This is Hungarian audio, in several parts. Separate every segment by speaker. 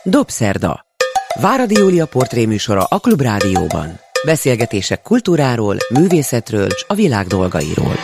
Speaker 1: Dobszerda. Váradi Júlia portréműsora a Klubrádióban. Beszélgetések kultúráról, művészetről és a világ dolgairól.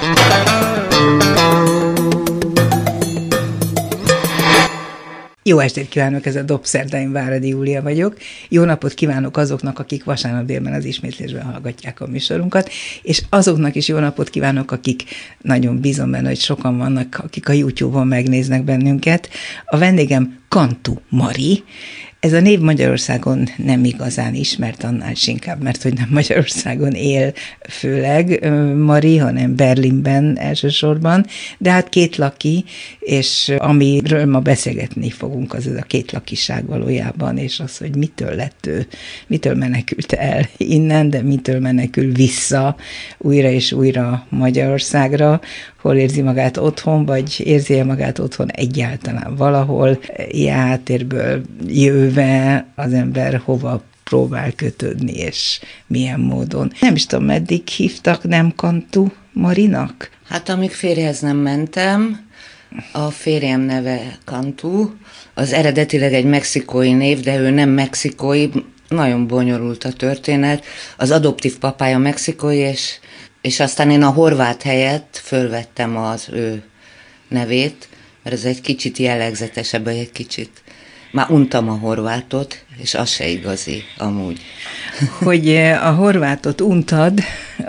Speaker 2: Jó estét kívánok, ez a Dobszerda, én Váradi Júlia vagyok. Jó napot kívánok azoknak, akik vasárnap délben az ismétlésben hallgatják a műsorunkat, és azoknak is jó napot kívánok, akik nagyon bízom benne, hogy sokan vannak, akik a YouTube-on megnéznek bennünket. A vendégem Cantú Mari. Ez a név Magyarországon nem igazán ismert, annál is inkább, mert hogy nem Magyarországon él főleg Mari, hanem Berlinben elsősorban, de hát kétlaki, és amiről ma beszélgetni fogunk, az ez a kétlakiság valójában, és az, hogy mitől lett ő, mitől menekült el innen, de mitől menekül vissza újra és újra Magyarországra, hol érzi magát otthon, vagy érzi magát otthon egyáltalán valahol, ilyen háttérből jöve az ember hova próbál kötődni, és milyen módon. Nem is tudom, meddig hívtak, nem Cantú Marinak?
Speaker 3: Hát amíg férjhez nem mentem, a férjem neve Cantú, az eredetileg egy mexikói név, de ő nem mexikói, nagyon bonyolult a történet. Az adoptív papája mexikói, és aztán én a horvát helyett fölvettem az ő nevét, mert ez egy kicsit jellegzetesebb, egy kicsit. Már untam a horvátot, és az se igazi amúgy.
Speaker 2: Hogy a horvátot untad,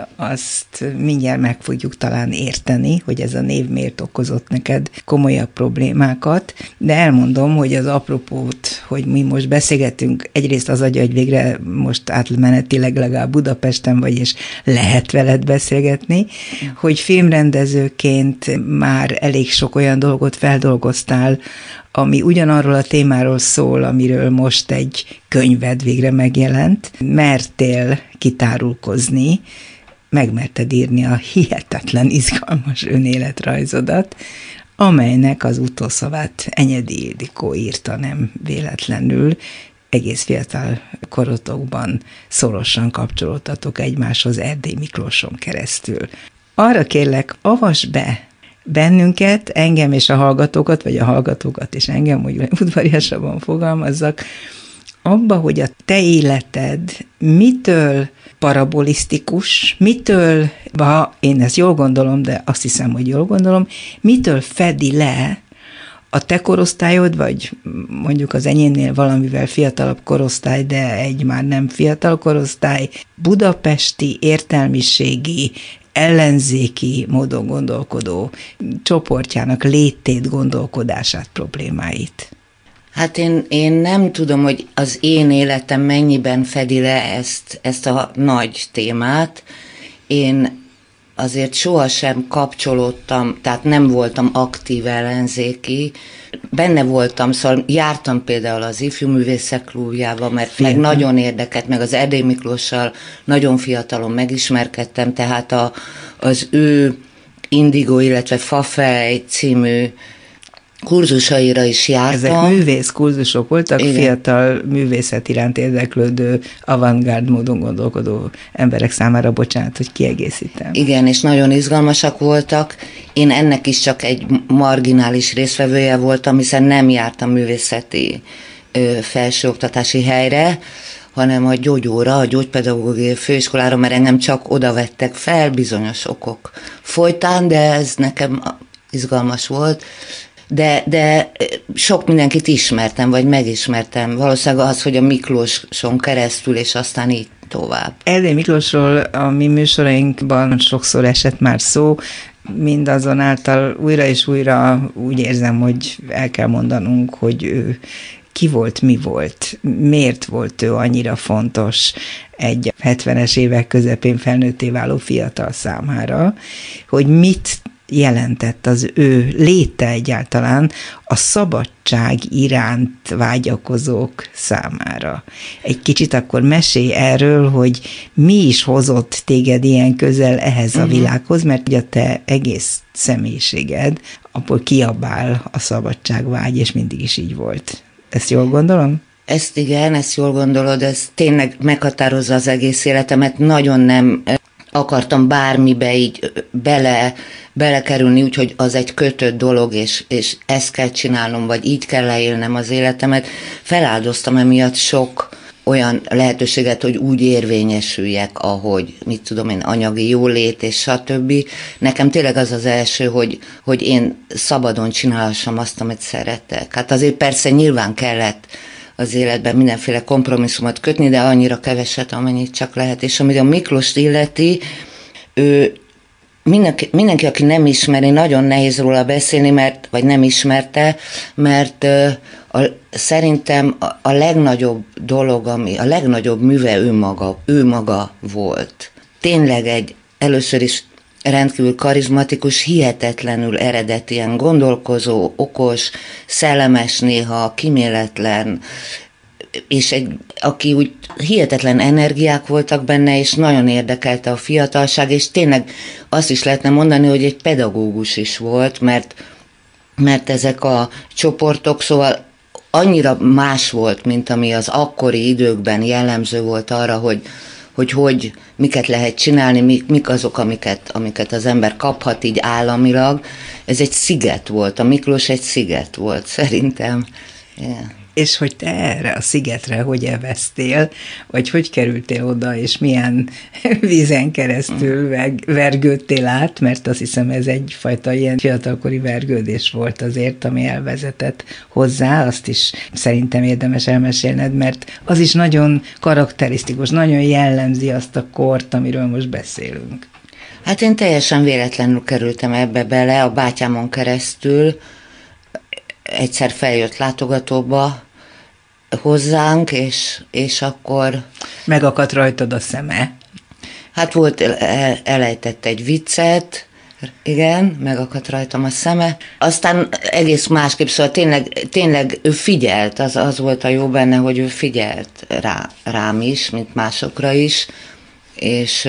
Speaker 2: azt mindjárt meg fogjuk talán érteni, hogy ez a név miért okozott neked komolyabb problémákat, de elmondom, hogy az apropót, hogy mi most beszélgetünk, egyrészt az adja, hogy végre most átmenetileg legalább Budapesten vagy, és lehet veled beszélgetni, hogy filmrendezőként már elég sok olyan dolgot feldolgoztál, ami ugyanarról a témáról szól, amiről most egy könyved végre megjelent. Mertél kitárulkozni, megmerted írni a hihetetlen izgalmas önéletrajzodat, amelynek az utószavát Enyedi Ildikó írta nem véletlenül. Egész fiatal korotokban szorosan kapcsolódtatok egymáshoz Erdély Miklóson keresztül. Arra kérlek, avasd be bennünket, engem és a hallgatókat, vagy a hallgatókat és engem, hogy udvariasabban fogalmazzak, abba, hogy a te életed mitől parabolisztikus, mitől, ha én ezt jól gondolom, de azt hiszem, hogy jól gondolom, mitől fedi le a te korosztályod, vagy mondjuk az enyémnél valamivel fiatalabb korosztály, de egy már nem fiatal korosztály, budapesti értelmiségi, ellenzéki módon gondolkodó csoportjának létét, gondolkodását, problémáit?
Speaker 3: Hát én nem tudom, hogy az én életem mennyiben fedi le ezt a nagy témát. Én azért sohasem kapcsolódtam, tehát nem voltam aktív ellenzéki. Benne voltam, szóval jártam például az Ifjú Művészek Klubjába, mert meg nagyon érdekelt, meg az Erdély Miklóssal nagyon fiatalon megismerkedtem, tehát az ő Indigo, illetve Fafej című kurzusaira is jártam.
Speaker 2: Ezek művész kurzusok voltak, igen. Fiatal művészet iránt érdeklődő, avantgárd módon gondolkodó emberek számára, bocsánat, hogy kiegészítem.
Speaker 3: Igen, és nagyon izgalmasak voltak. Én ennek is csak egy marginális résztvevője voltam, hiszen nem jártam művészeti felsőoktatási helyre, hanem a gyógyóra, a gyógypedagógiai főiskolára, mert engem csak oda vettek fel bizonyos okok folytán, de ez nekem izgalmas volt. De sok mindenkit ismertem, vagy megismertem. Valószínűleg az, hogy a Miklóson keresztül, és aztán így tovább.
Speaker 2: Erdély Miklósról a mi műsorainkban sokszor esett már szó, mindazonáltal újra és újra úgy érzem, hogy el kell mondanunk, hogy ő ki volt, mi volt, miért volt ő annyira fontos egy 70-es évek közepén felnőtté váló fiatal számára, hogy mit jelentett az ő léte egyáltalán a szabadság iránt vágyakozók számára. Egy kicsit akkor mesélj erről, hogy mi is hozott téged ilyen közel ehhez a világhoz, mert ugye a te egész személyiséged abból kiabál a szabadságvágy, és mindig is így volt. Ezt jól gondolom?
Speaker 3: Ezt igen, ezt jól gondolod, ez tényleg meghatározza az egész életemet, nagyon nem akartam bármibe így belekerülni, úgyhogy az egy kötött dolog, és ezt kell csinálnom, vagy így kell leélnem az életemet. Feláldoztam emiatt sok olyan lehetőséget, hogy úgy érvényesüljek, ahogy, mit tudom én, anyagi jólét, és stb. Nekem tényleg az az első, hogy én szabadon csinálhassam azt, amit szeretek. Hát azért persze nyilván kellett az életben mindenféle kompromisszumot kötni, de annyira keveset, amennyit csak lehet. És amit a Miklóst illeti, ő mindenki, aki nem ismeri, nagyon nehéz róla beszélni, vagy nem ismerte, mert szerintem a legnagyobb dolog, a legnagyobb műve ő maga volt. Tényleg először is rendkívül karizmatikus, hihetetlenül eredetien gondolkozó, okos, szellemes néha, kíméletlen, és aki úgy hihetetlen energiák voltak benne, és nagyon érdekelte a fiatalság, és tényleg azt is lehetne mondani, hogy egy pedagógus is volt, mert ezek a csoportok, szóval annyira más volt, mint ami az akkori időkben jellemző volt arra, hogy miket lehet csinálni, mik azok, amiket az ember kaphat így államilag. Ez egy sziget volt, a Miklós egy sziget volt, szerintem. Yeah.
Speaker 2: És hogy te erre a szigetre hogy evesztél, vagy hogy kerültél oda, és milyen vízen keresztül vergődtél át, mert azt hiszem ez egyfajta ilyen fiatalkori vergődés volt azért, ami elvezetett hozzá, azt is szerintem érdemes elmesélned, mert az is nagyon karakterisztikus, nagyon jellemzi azt a kort, amiről most beszélünk.
Speaker 3: Hát én teljesen véletlenül kerültem ebbe bele, a bátyámon keresztül. Egyszer feljött látogatóba hozzánk, és akkor...
Speaker 2: Megakadt rajtad a szeme.
Speaker 3: Hát elejtett egy viccet, igen, megakadt rajtam a szeme. Aztán egész másképp, szóval tényleg ő figyelt, az volt a jó benne, hogy ő figyelt rám is, mint másokra is, és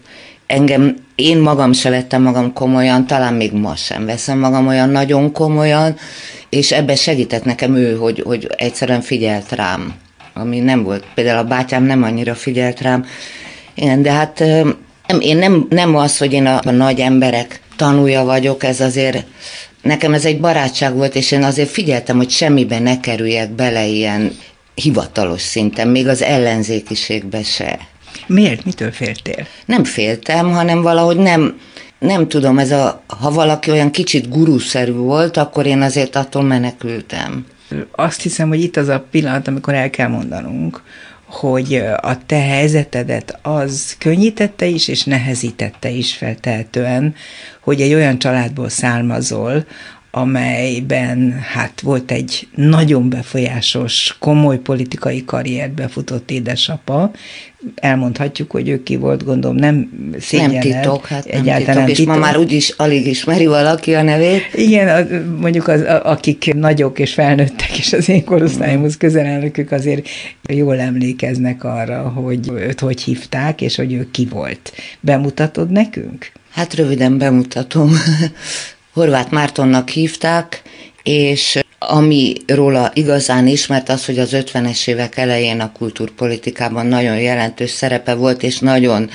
Speaker 3: én magam se vettem magam komolyan, talán még ma sem veszem magam olyan nagyon komolyan, és ebben segített nekem ő, hogy egyszerűen figyelt rám, ami nem volt. Például a bátyám nem annyira figyelt rám. Igen, de hát én nem az, hogy én a nagy emberek tanúja vagyok, ez azért, nekem ez egy barátság volt, és én azért figyeltem, hogy semmiben ne kerüljek bele ilyen hivatalos szinten, még az ellenzékiségbe se.
Speaker 2: Miért? Mitől féltél?
Speaker 3: Nem féltem, hanem valahogy nem tudom, ha valaki olyan kicsit guruszerű volt, akkor én azért attól menekültem.
Speaker 2: Azt hiszem, hogy itt az a pillanat, amikor el kell mondanunk, hogy a te helyzetedet az könnyítette is, és nehezítette is feltehetően, hogy egy olyan családból származol, amelyben hát volt egy nagyon befolyásos, komoly politikai karriert befutott édesapa. Elmondhatjuk, hogy ő ki volt, gondolom, nem szégyelled.
Speaker 3: Nem titok, egyáltalán titok, és ma már úgyis alig ismeri valaki a nevét.
Speaker 2: Igen, mondjuk akik nagyok és felnőttek, és az én korosztályomhoz közel állnak, ők azért jól emlékeznek arra, hogy őt hogy hívták, és hogy ő ki volt. Bemutatod nekünk?
Speaker 3: Hát röviden bemutatom. Horváth Mártonnak hívták, és ami róla igazán ismert az, hogy az 50-es évek elején a kultúrpolitikában nagyon jelentős szerepe volt, és nagyon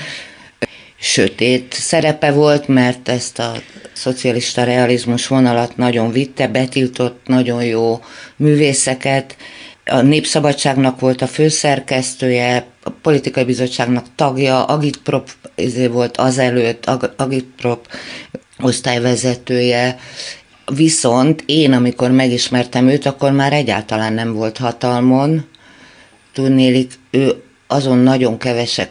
Speaker 3: sötét szerepe volt, mert ezt a szocialista realizmus vonalat nagyon vitte, betiltott nagyon jó művészeket. A Népszabadságnak volt a főszerkesztője, a politikai bizottságnak tagja, Agitprop volt azelőtt, Agitprop osztályvezetője, viszont én, amikor megismertem őt, akkor már egyáltalán nem volt hatalmon. Tudnélik, ő azon nagyon kevesek,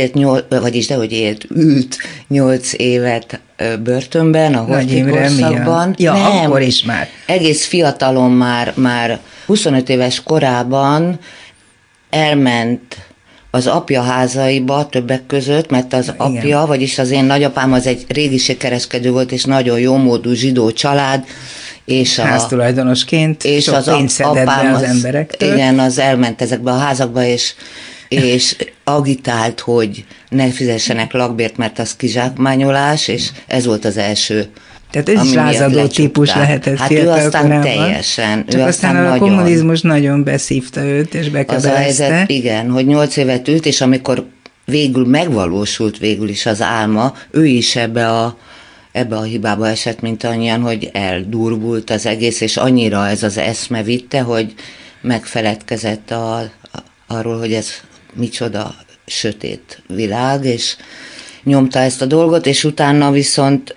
Speaker 3: ült 8 évet börtönben, a Horthy korszakban.
Speaker 2: Ja, nem, akkor is már.
Speaker 3: Egész fiatalon már 25 éves korában elment az apja házaiba többek között, mert az apja, vagyis az én nagyapám az egy régiségkereskedő volt, és nagyon jómódú zsidó család, és
Speaker 2: háztulajdonosként és sok pénzt szedett be az emberektől.
Speaker 3: Igen, az elment ezekbe a házakba, és agitált, hogy ne fizessenek lakbért, mert az kizsákmányolás, és ez volt az első.
Speaker 2: Tehát ez is lázadó típus lehetett.
Speaker 3: Hát ő aztán teljesen.
Speaker 2: Csak aztán a kommunizmus nagyon beszívta őt, és bekebelezte.
Speaker 3: Az a helyzet, igen, hogy 8 évet ült, és amikor végül megvalósult végül is az álma, ő is ebbe a hibába esett, mint annyian, hogy eldurvult az egész, és annyira ez az eszme vitte, hogy megfeledkezett arról, hogy ez micsoda sötét világ, és nyomta ezt a dolgot, és utána viszont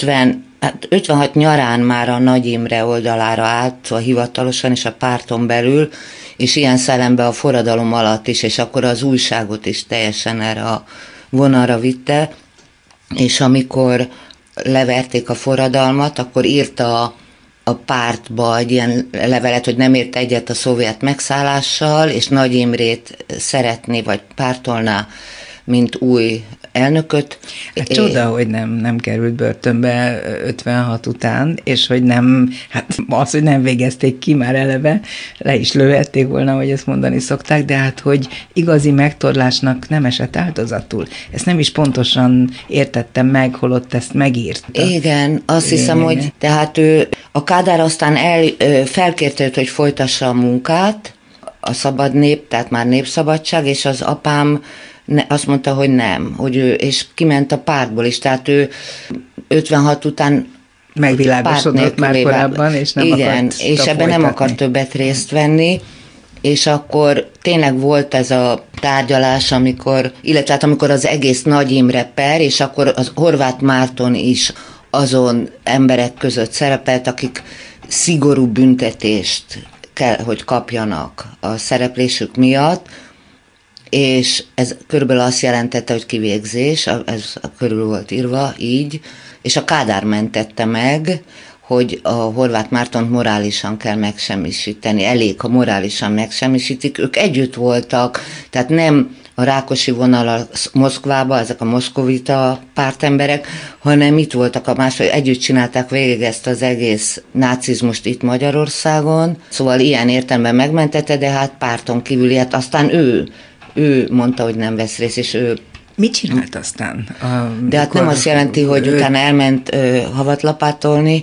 Speaker 3: 56 nyarán már a Nagy Imre oldalára állt, hivatalosan és a párton belül, és ilyen szellembe a forradalom alatt is, és akkor az újságot is teljesen erre a vonalra vitte, és amikor leverték a forradalmat, akkor írta a pártba egy ilyen levelet, hogy nem ért egyet a szovjet megszállással, és Nagy Imrét szeretné, vagy pártolná, mint új elnököt.
Speaker 2: Hát csoda, hogy nem került börtönbe 56 után, és hogy nem, hát az, hogy nem végezték ki már eleve, le is lőhették volna, hogy ezt mondani szokták, de hát, hogy igazi megtorlásnak nem esett áldozatul. Ezt nem is pontosan értettem meg, holott ezt megírta.
Speaker 3: Igen, azt hiszem, hogy tehát a Kádár aztán felkérte őt, hogy folytassa a munkát, a Szabad Nép, tehát már Népszabadság, és az apám azt mondta, hogy nem, hogy és kiment a pártból is, tehát ő 56 után
Speaker 2: megvilágosodott már korábban, és nem akart
Speaker 3: és ebben nem akart többet részt venni, és akkor tényleg volt ez a tárgyalás, amikor az egész Nagy Imre per, és akkor az Horváth Márton is azon emberek között szerepelt, akik szigorú büntetést kell, hogy kapjanak a szereplésük miatt, és ez körülbelül azt jelentette, hogy kivégzés, ez körül volt írva így, és a Kádár mentette meg, hogy a Horváth Mártont morálisan kell megsemmisíteni. Elég, ha morálisan megsemmisítik. Ők együtt voltak, tehát nem a Rákosi vonal Moszkvába, ezek a moszkovita pártemberek, hanem itt voltak együtt csinálták végig ezt az egész nácizmust itt Magyarországon. Szóval ilyen értelemben megmentette, de hát párton kívüli, hát aztán ő mondta, hogy nem vesz részt, és ő...
Speaker 2: Mit csinált aztán?
Speaker 3: De hát nem azt jelenti, hogy utána elment havatlapátolni,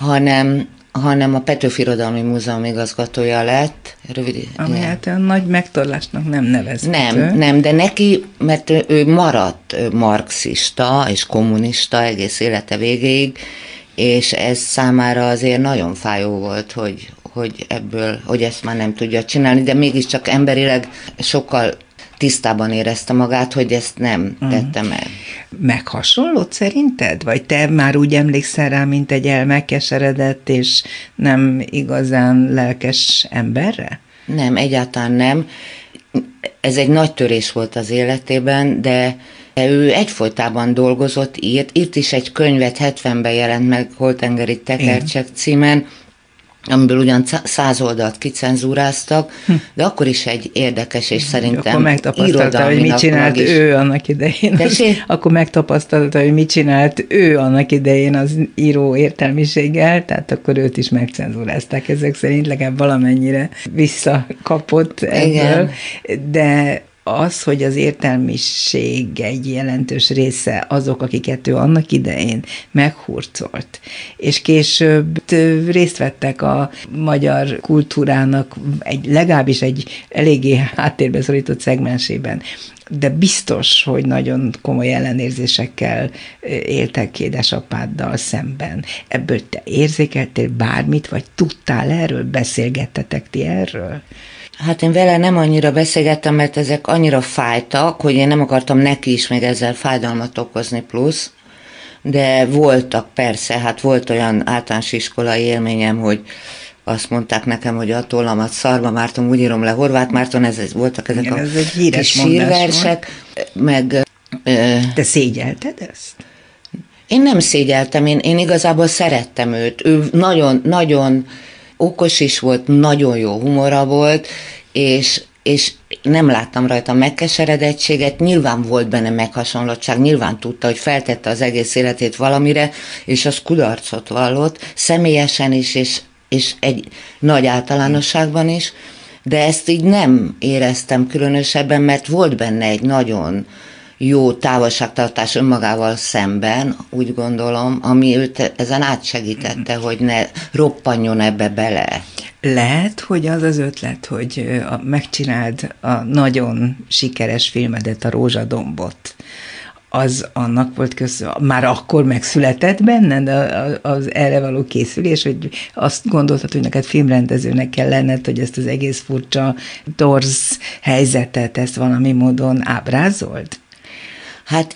Speaker 3: hanem a Petőfi Irodalmi Múzeum igazgatója lett.
Speaker 2: Ami hát olyan nagy megtorlásnak nem nevezhető.
Speaker 3: Nem, de neki, mert ő maradt marxista és kommunista egész élete végéig, és ez számára azért nagyon fájó volt, hogy ezt már nem tudja csinálni, de mégiscsak emberileg sokkal tisztában érezte magát, hogy ezt nem tette meg.
Speaker 2: Meghasonlott szerinted? Vagy te már úgy emlékszel rá, mint egy elmegkeseredett és nem igazán lelkes emberre?
Speaker 3: Nem, egyáltalán nem. Ez egy nagy törés volt az életében, de ő egyfolytában dolgozott, írt is egy könyvet, 70-ben jelent meg, Holtengeri Tekercsek címen, amiből ugyan 100 oldalt kicenzúráztak, de akkor is egy érdekes, és szerintem
Speaker 2: akkor megtapasztalta, hogy mit csinált ő annak idején. Akkor megtapasztalta, hogy mit csinált ő annak idején az író értelmiséggel, tehát akkor őt is megcenzúrázták ezek szerint, legalább valamennyire visszakapott ebből. De az, hogy az értelmiség egy jelentős része azok, akiket ő annak idején meghurcolt, és később részt vettek a magyar kultúrának legalábbis egy eléggé háttérbe szorított szegmensében, de biztos, hogy nagyon komoly ellenérzésekkel éltek édesapáddal szemben. Ebből te érzékeltél bármit, vagy tudtál erről? Beszélgettetek ti erről?
Speaker 3: Hát én vele nem annyira beszélgettem, mert ezek annyira fájtak, hogy én nem akartam neki is még ezzel fájdalmat okozni plusz, de voltak persze, hát volt olyan általános iskolai élményem, hogy azt mondták nekem, hogy a tollamat Szarva Márton, úgy írom le Horváth Márton, voltak ezek
Speaker 2: ez egy
Speaker 3: kis sírversek, meg...
Speaker 2: Te szégyelted ezt?
Speaker 3: Én nem szégyeltem, én igazából szerettem őt. Ő nagyon, nagyon okos is volt, nagyon jó humora volt, és nem láttam rajta megkeseredettséget, nyilván volt benne meghasonlottság, nyilván tudta, hogy feltette az egész életét valamire, és az kudarcot vallott, személyesen is, és egy nagy általánosságban is, de ezt így nem éreztem különösebben, mert volt benne egy nagyon jó távolságtartás önmagával szemben, úgy gondolom, ami őt ezen átsegítette, hogy ne roppanjon ebbe bele.
Speaker 2: Lehet, hogy az az ötlet, hogy megcsináld a nagyon sikeres filmedet, a Rózsadombot, az annak volt köszönhető, már akkor megszületett benned az erre való készülés, hogy azt gondoltad, hogy neked filmrendezőnek kell lenned, hogy ezt az egész furcsa torz helyzetet, ezt valami módon ábrázold?
Speaker 3: Hát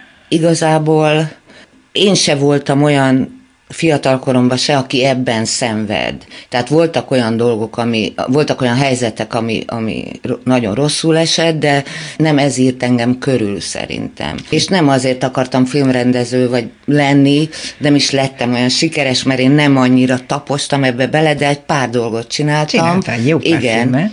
Speaker 3: igazából én se voltam olyan fiatalkoromban se, aki ebben szenved. Tehát voltak olyan dolgok, voltak olyan helyzetek, ami nagyon rosszul esett, de nem ez írt engem körül szerintem. És nem azért akartam filmrendező vagy lenni, nem is lettem olyan sikeres, mert én nem annyira tapostam ebbe bele, de egy pár dolgot csináltam.
Speaker 2: Csináltál jó pár filmet.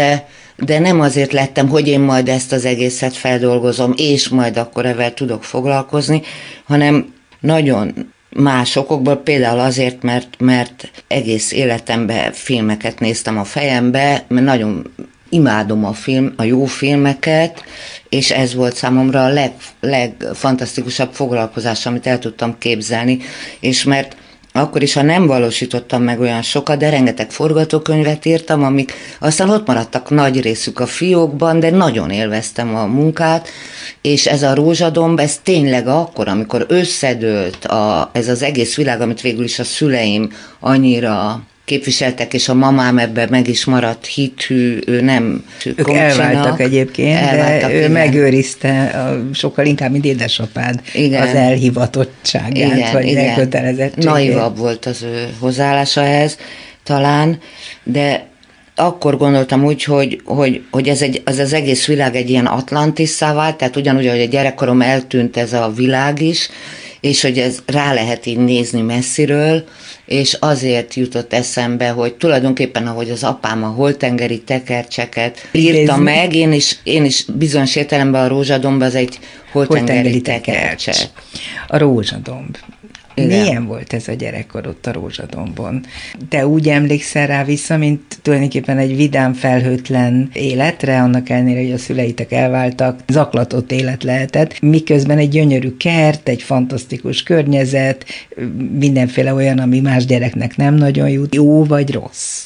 Speaker 3: De nem azért lettem, hogy én majd ezt az egészet feldolgozom, és majd akkor ezzel tudok foglalkozni, hanem nagyon más okokból, például azért, mert egész életemben filmeket néztem a fejembe, mert nagyon imádom a jó filmeket, és ez volt számomra a legfantasztikusabb foglalkozás, amit el tudtam képzelni, és mert akkor is, ha nem valósítottam meg olyan sokat, de rengeteg forgatókönyvet írtam, amik aztán ott maradtak nagy részük a fiókban, de nagyon élveztem a munkát, és ez a Rózsadomb, ez tényleg akkor, amikor összedőlt ez az egész világ, amit végül is a szüleim annyira képviseltek, és a mamám ebben meg is maradt hithű, ő nem
Speaker 2: Ők elváltak egyébként, de ő megőrizte sokkal inkább, mint édesapád az elhivatottságát, vagy elkötelezettségét.
Speaker 3: Naivabb volt az ő hozzáállása ehhez talán, de akkor gondoltam úgy, hogy ez az egész világ egy ilyen Atlantisszá vált, tehát ugyanúgy, ahogy a gyerekkorom eltűnt ez a világ is, és hogy ez rá lehet így nézni messziről, és azért jutott eszembe, hogy tulajdonképpen, ahogy az apám a holtengeri tekercseket írta meg, én is bizonyos értelemben a Rózsadomb az egy holtengeri tekercse.
Speaker 2: A Rózsadomb. Igen. Milyen volt ez a gyerekkor ott a Rózsadombon? Te úgy emlékszel rá vissza, mint tulajdonképpen egy vidám, felhőtlen életre, annak ellenére, hogy a szüleitek elváltak, zaklatott élet lehetett, miközben egy gyönyörű kert, egy fantasztikus környezet, mindenféle olyan, ami más gyereknek nem nagyon jut. Jó vagy rossz?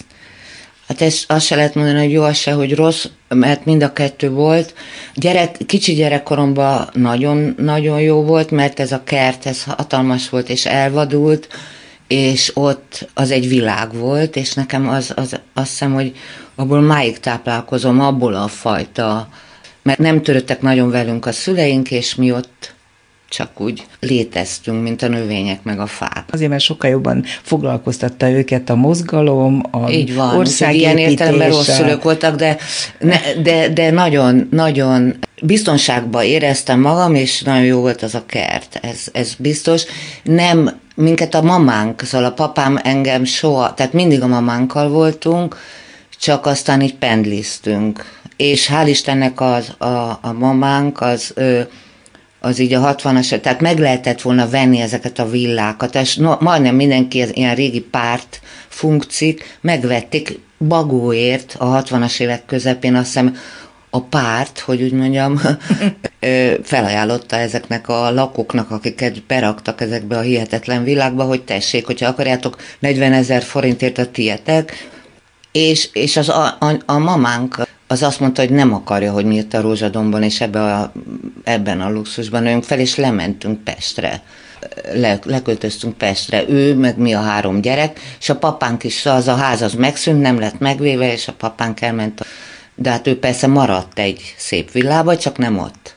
Speaker 3: Hát azt se lehet mondani, hogy jó, az se, hogy rossz, mert mind a kettő volt. Kicsi gyerekkoromban nagyon jó volt, mert ez a kert, ez hatalmas volt és elvadult, és ott az egy világ volt, és nekem azt hiszem, hogy abból máig táplálkozom, abból a fajta, mert nem törődtek nagyon velünk a szüleink, és mi ott csak úgy léteztünk, mint a növények meg a fák.
Speaker 2: Azért, mert sokkal jobban foglalkoztatta őket a mozgalom, a
Speaker 3: így van,
Speaker 2: országépítés.
Speaker 3: Ilyen értelemben rossz szülők voltak, de nagyon biztonságban éreztem magam, és nagyon jó volt az a kert, ez biztos. Nem, minket a mamánk, szóval a papám engem soha, tehát mindig a mamánkkal voltunk, csak aztán így pendliztünk. És hál' Istennek a mamánk az így a 60-as, tehát meg lehetett volna venni ezeket a villákat, és majdnem mindenki ilyen régi párt funkcik megvették bagóért a 60-as évek közepén, azt hiszem a párt, hogy úgy mondjam, felajánlotta ezeknek a lakóknak, akiket beraktak ezekbe a hihetetlen világba, hogy tessék, hogyha akarjátok 40 000 forintért a tietek, és a mamánk az azt mondta, hogy nem akarja, hogy mi itt a Rózsadombon, és ebben a luxusban nőjünk fel, és lementünk Pestre. Leköltöztünk Pestre, ő, meg mi a 3 gyerek, és a papánk is, az a ház az megszűnt, nem lett megvéve, és a papánk elment. De hát ő persze maradt egy szép villába, csak nem ott.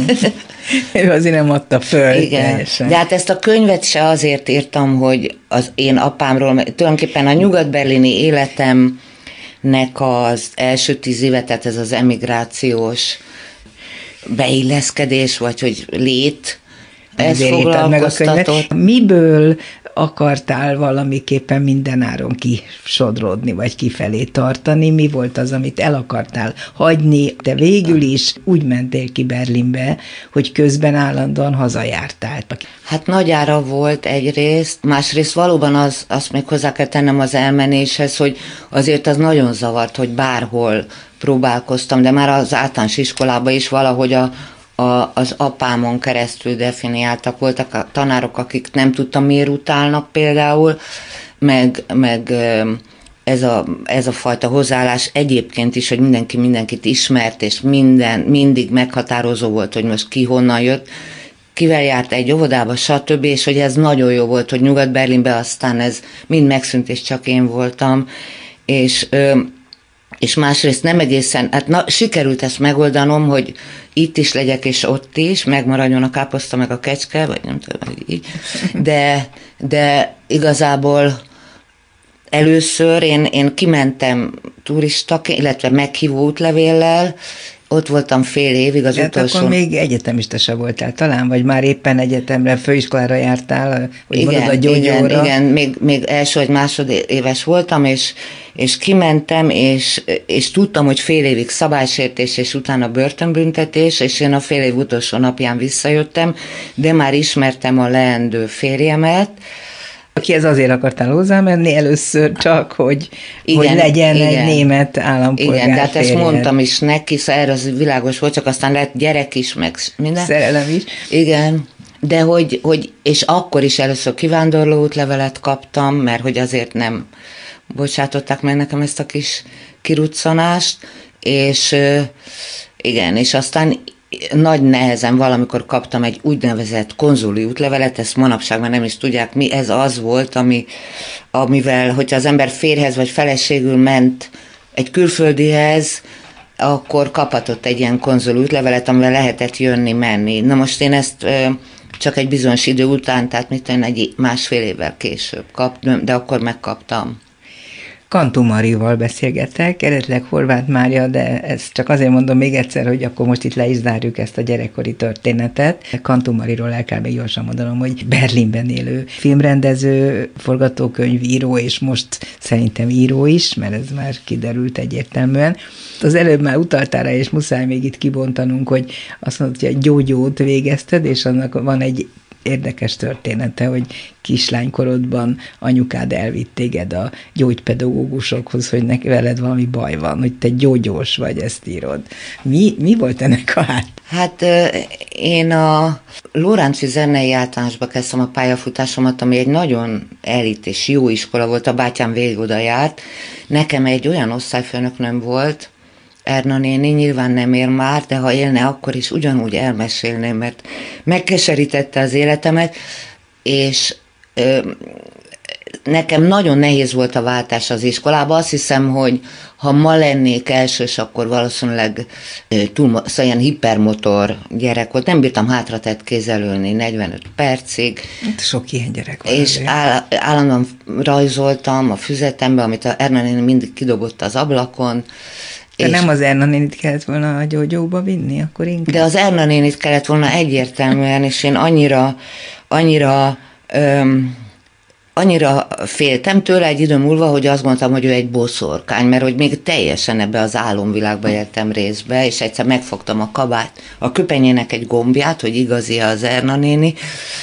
Speaker 2: Ő azért nem adta föl.
Speaker 3: Igen, teljesen. De hát ezt a könyvet se azért írtam, hogy az én apámról, tulajdonképpen a nyugat-berlini életem az első 10 éve, tehát ez az emigrációs beilleszkedés, vagy hogy lét, ez foglalkoztatott.
Speaker 2: Miből akartál valamiképpen mindenáron kisodrodni, vagy kifelé tartani? Mi volt az, amit el akartál hagyni? De végül is úgy mentél ki Berlinbe, hogy közben állandóan hazajártál.
Speaker 3: Hát nagy ára volt egyrészt, másrészt valóban azt még hozzá kell tennem az elmenéshez, hogy azért az nagyon zavart, hogy bárhol próbálkoztam, de már az általános iskolában is valahogy az apámon keresztül definiáltak. Voltak a tanárok, akik nem tudtam, miért utálnak például, meg ez a fajta hozzáállás egyébként is, hogy mindenki mindenkit ismert, és mindig meghatározó volt, hogy most ki honnan jött, kivel járt egy óvodába, stb., és hogy ez nagyon jó volt, hogy Nyugat-Berlinben aztán ez mind megszűnt, és csak én voltam, és másrészt nem egészen, sikerült ezt megoldanom, hogy itt is legyek, és ott is, megmaradjon a káposzta, meg a kecske, vagy nem tudom, így. De igazából először én kimentem turistaként, illetve meghívó útlevéllel, ott voltam fél évig az utolsó...
Speaker 2: akkor még egyetemista se voltál talán, vagy már éppen egyetemre, főiskolára jártál, hogy mondod a gyógyóra?
Speaker 3: Igen, még első vagy másodéves voltam, és kimentem, és tudtam, hogy fél évig szabálysértés, és utána börtönbüntetés, és én a fél év utolsó napján visszajöttem, de már ismertem a leendő férjemet,
Speaker 2: Akihez azért akartál hozzámenni először csak, hogy legyen egy német állampolgár.
Speaker 3: Igen, de hát ezt mondtam is neki, szóval erre az világos volt, csak aztán lett gyerek is, meg minden.
Speaker 2: Szerelem is.
Speaker 3: Igen, de és akkor is először kivándorló útlevelet kaptam, mert hogy azért nem bocsátották meg nekem ezt a kis kiruccanást, és igen, és aztán nagy nehezen valamikor kaptam egy úgynevezett konzuli útlevelet, ezt manapság már nem is tudják mi, ez az volt, amivel, hogyha az ember férjhez vagy feleségül ment egy külföldihez, akkor kaphatott egy ilyen konzuli útlevelet, amivel lehetett jönni-menni. Na most én ezt csak egy bizonyos idő után, tehát egy másfél évvel később kaptam, de akkor megkaptam.
Speaker 2: Kantó Marival beszélgetek, eredetileg Horváth Mária, de ezt csak azért mondom még egyszer, hogy akkor most itt le is zárjuk ezt a gyerekkori történetet. Kantó Mariról el kell még gyorsan mondanom, hogy Berlinben élő filmrendező, forgatókönyvíró, és most szerintem író is, mert ez már kiderült egyértelműen. Az előbb már utaltál rá, és muszáj még itt kibontanunk, hogy azt mondod, hogy a gyógyót végezted, és annak van egy érdekes története, hogy kislánykorodban anyukád elvitt téged a gyógypedagógusokhoz, hogy veled valami baj van, hogy te gyógyós vagy, ezt írod. Mi volt ennek a
Speaker 3: Hát én a Lóránci Zenei Általánosba kezdtem a pályafutásomat, ami egy nagyon elit és jó iskola volt, a bátyám végig oda járt. Nekem egy olyan osztályfőnöknőm volt, Erna néni, nyilván nem él már, de ha élne, akkor is ugyanúgy elmesélném, mert megkeserítette az életemet, és nekem nagyon nehéz volt a váltás az iskolába. Azt hiszem, hogy ha ma lennék elsős, akkor valószínűleg szóval ilyen hipermotor gyerek volt. Nem bírtam hátratett kézzel ülni 45 percig.
Speaker 2: Sok ilyen gyerek van.
Speaker 3: És állandóan rajzoltam a füzetembe, amit a Erna néni mindig kidobott az ablakon.
Speaker 2: De nem az Erna nénit kellett volna a gyógyóba vinni, akkor inkább? De
Speaker 3: az Erna nénit kellett volna egyértelműen, és én annyira féltem tőle egy idő múlva, hogy azt gondoltam, hogy ő egy boszorkány, mert hogy még teljesen ebbe az álomvilágba éltem részbe, és egyszer megfogtam a köpenyének egy gombját, hogy igazi az Erna néni.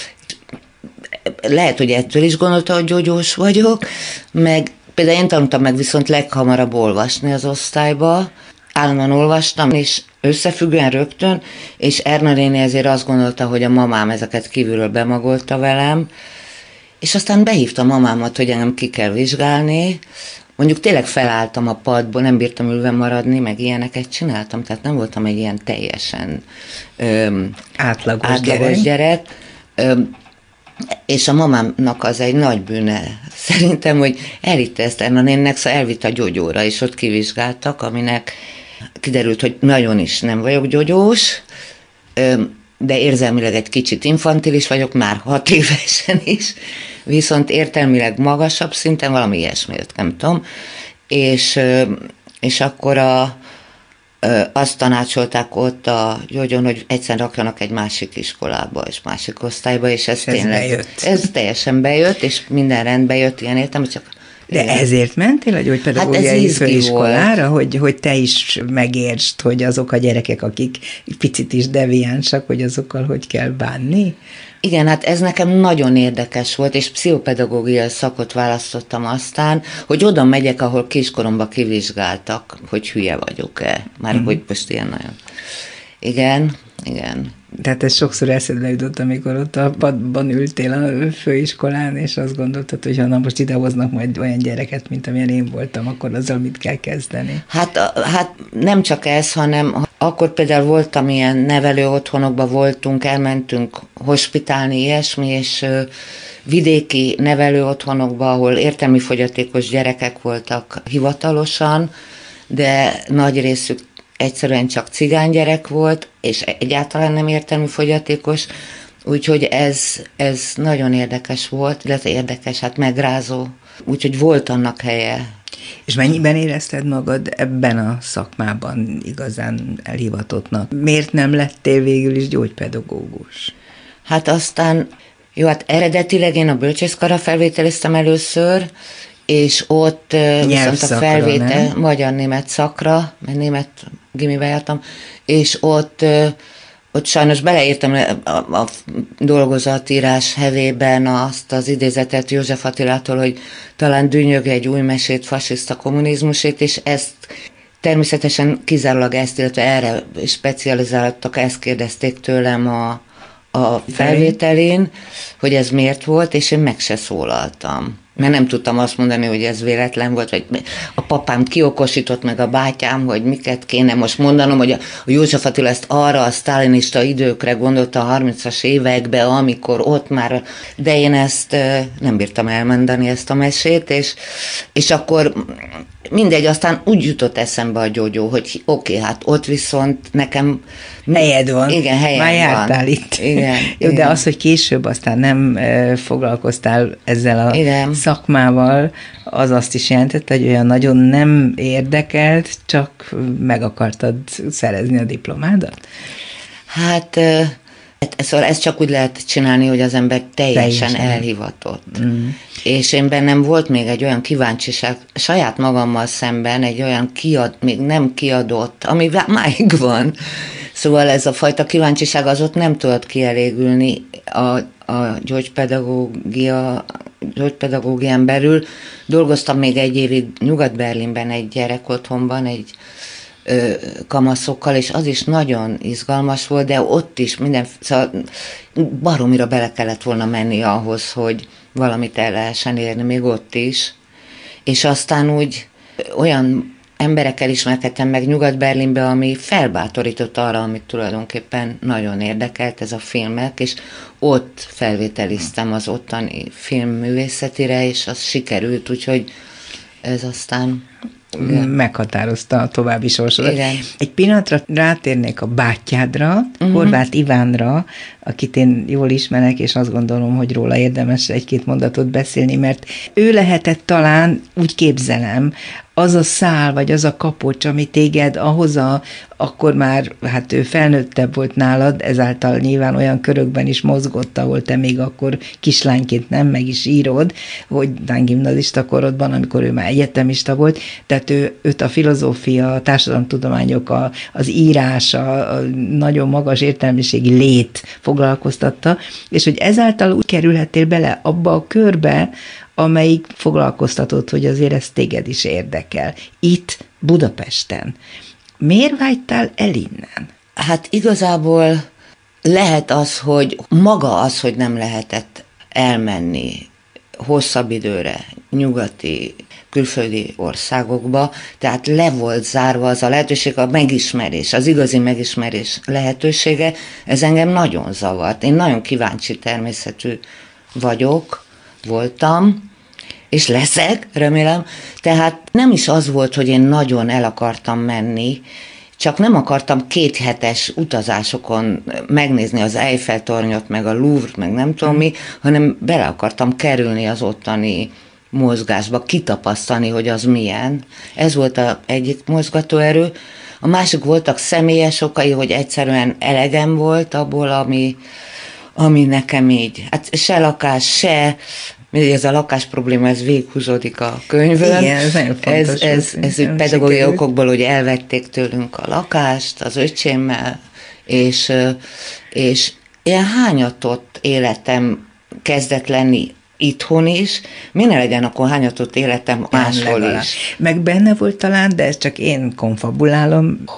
Speaker 3: Lehet, hogy ettől is gondolta, hogy gyógyós vagyok, meg például én tanultam meg viszont leghamarabb olvasni az osztályba, állandóan olvastam, és összefüggően rögtön, és Erna néni ezért azt gondolta, hogy a mamám ezeket kívülről bemagolta velem, és aztán behívta mamámat, hogy engem ki kell vizsgálni. Mondjuk tényleg felálltam a padból, nem bírtam ülve maradni, meg ilyeneket csináltam, tehát nem voltam egy ilyen teljesen átlagos gyerek. És a mamámnak az egy nagy bűne szerintem, hogy elvitte ezt Erna néninek, szóval elvitte a gyógyóra, és ott kivizsgáltak, aminek kiderült, hogy nagyon is nem vagyok gyógyós, de érzelmileg egy kicsit infantilis vagyok, már 6 évesen is, viszont értelmileg magasabb szinten, valami ilyesmiért, nem tudom, és akkor azt tanácsolták ott a gyógyon, hogy egyszer rakjanak egy másik iskolába, és másik osztályba, és ez tényleg, ez teljesen bejött, és minden rendbe jött, ilyen értem, csak...
Speaker 2: De ezért mentél a gyógypedagógiai főiskolára, hogy te is megértsd, hogy azok a gyerekek, akik picit is deviánsak, hogy azokkal hogy kell bánni?
Speaker 3: Igen, hát ez nekem nagyon érdekes volt, és pszichopedagógiai szakot választottam aztán, hogy oda megyek, ahol kiskoromban kivizsgáltak, hogy hülye vagyok-e. Már hogy most ilyen nagyon... Igen, igen.
Speaker 2: Tehát ez sokszor eszedbe jutott, amikor ott a padban ültél a főiskolán, és azt gondoltad, hogy ha na most idehoznak majd olyan gyereket, mint amilyen én voltam, akkor azzal mit kell kezdeni?
Speaker 3: Hát nem csak ez, hanem akkor például voltam ilyen nevelő otthonokban voltunk, elmentünk hospitálni, ilyesmi, és vidéki nevelő otthonokban, ahol értelmi fogyatékos gyerekek voltak hivatalosan, de nagy részük egyszerűen csak cigánygyerek volt, és egyáltalán nem értelmi fogyatékos, úgyhogy ez nagyon érdekes volt, illetve érdekes, hát megrázó, úgyhogy volt annak helye.
Speaker 2: És mennyiben érezted magad ebben a szakmában igazán elhivatottnak? Miért nem lettél végül is gyógypedagógus?
Speaker 3: Hát aztán, jó, hát eredetileg én a bölcsészkarra felvételiztem először, és ott viszont a felvétel magyar-német szakra, mert német gimibe jártam, és ott sajnos beleírtam a dolgozatírás hevében azt az idézetet József Attilától, hogy talán dűnyög egy új mesét, fasiszta kommunizmusét, és ezt természetesen kizárólag ezt, illetve erre specializáltak, ezt kérdezték tőlem a felvételén, hogy ez miért volt, és én meg se szólaltam. Mert nem tudtam azt mondani, hogy ez véletlen volt, vagy a papám kiokosított meg a bátyám, hogy miket kéne most mondanom, hogy a József Attila ezt arra a sztálinista időkre gondolta a 30-as években, amikor ott már, de én ezt nem bírtam elmondani, ezt a mesét, és akkor mindegy, aztán úgy jutott eszembe a gyógyó, hogy oké, hát ott viszont nekem...
Speaker 2: Helyed van.
Speaker 3: Igen, helyed
Speaker 2: már
Speaker 3: van.
Speaker 2: Jártál itt.
Speaker 3: Igen.
Speaker 2: Jó,
Speaker 3: igen.
Speaker 2: de az, hogy később aztán nem foglalkoztál ezzel a
Speaker 3: igen.
Speaker 2: szakmával, az azt is jelentette, hogy olyan nagyon nem érdekelt, csak meg akartad szerezni a diplomádat?
Speaker 3: Hát... Szóval ezt csak úgy lehet csinálni, hogy az ember teljesen elhivatott. Mm. És én bennem volt még egy olyan kíváncsiság saját magammal szemben, egy olyan még nem kiadott, ami máig van. Szóval ez a fajta kíváncsiság az ott nem tudott kielégülni a gyógypedagógián belül. Dolgoztam még egy évig Nyugat-Berlinben egy gyerekotthonban, egy kamaszokkal, és az is nagyon izgalmas volt, de ott is szóval baromira bele kellett volna menni ahhoz, hogy valamit el lehessen érni, még ott is. És aztán úgy olyan emberekkel ismerkedtem meg Nyugat-Berlinbe, ami felbátorított arra, amit tulajdonképpen nagyon érdekelt, ez a filmek, és ott felvételiztem az ottani filmművészetire, és az sikerült, úgyhogy ez aztán... Igen.
Speaker 2: Meghatározta a további sorsodat.
Speaker 3: Igen.
Speaker 2: Egy pillanatra rátérnék a bátyádra, Horváth Ivánra, akit én jól ismerek, és azt gondolom, hogy róla érdemes egy-két mondatot beszélni, mert ő lehetett talán, úgy képzelem, az a szál, vagy az a kapocs, ami téged ahhoz akkor már, hát ő felnőttebb volt nálad, ezáltal nyilván olyan körökben is mozgott, ahol te még akkor kislányként nem, meg is írod, hogy gimnazista korodban, amikor ő már egyetemista volt, tehát őt a filozófia, a társadalomtudományok, az írás, a nagyon magas értelmiségi lét foglalkoztatta, és hogy ezáltal úgy kerülhettél bele abba a körbe, amelyik foglalkoztatott, hogy azért ez téged is érdekel. Itt, Budapesten. Miért vágytál el innen?
Speaker 3: Hát igazából lehet az, hogy maga az, hogy nem lehetett elmenni hosszabb időre nyugati, külföldi országokba, tehát le volt zárva az a lehetőség, a megismerés, az igazi megismerés lehetősége, ez engem nagyon zavart. Én nagyon kíváncsi természetű voltam, és leszek, remélem. Tehát nem is az volt, hogy én nagyon el akartam menni, csak nem akartam 2 hetes utazásokon megnézni az Eiffel-tornyot, meg a Louvre-t, meg nem tudom mi, hanem bele akartam kerülni az ottani mozgásba, kitapasztani, hogy az milyen. Ez volt az egyik mozgatóerő. A másik voltak személyes okai, hogy egyszerűen elegem volt abból, ami nekem így, hát se lakás, ez a lakás probléma, ez végighúzódik a könyvön.
Speaker 2: Igen, ez nagyon fontos.
Speaker 3: Ez pedagógiai okokból, hogy elvették tőlünk a lakást az öcsémmel, és ilyen hányatott életem kezdett lenni itthon is, minél legyen akkor hányatott életem máshol is.
Speaker 2: Meg benne volt talán, de ezt csak én konfabulálom, hogy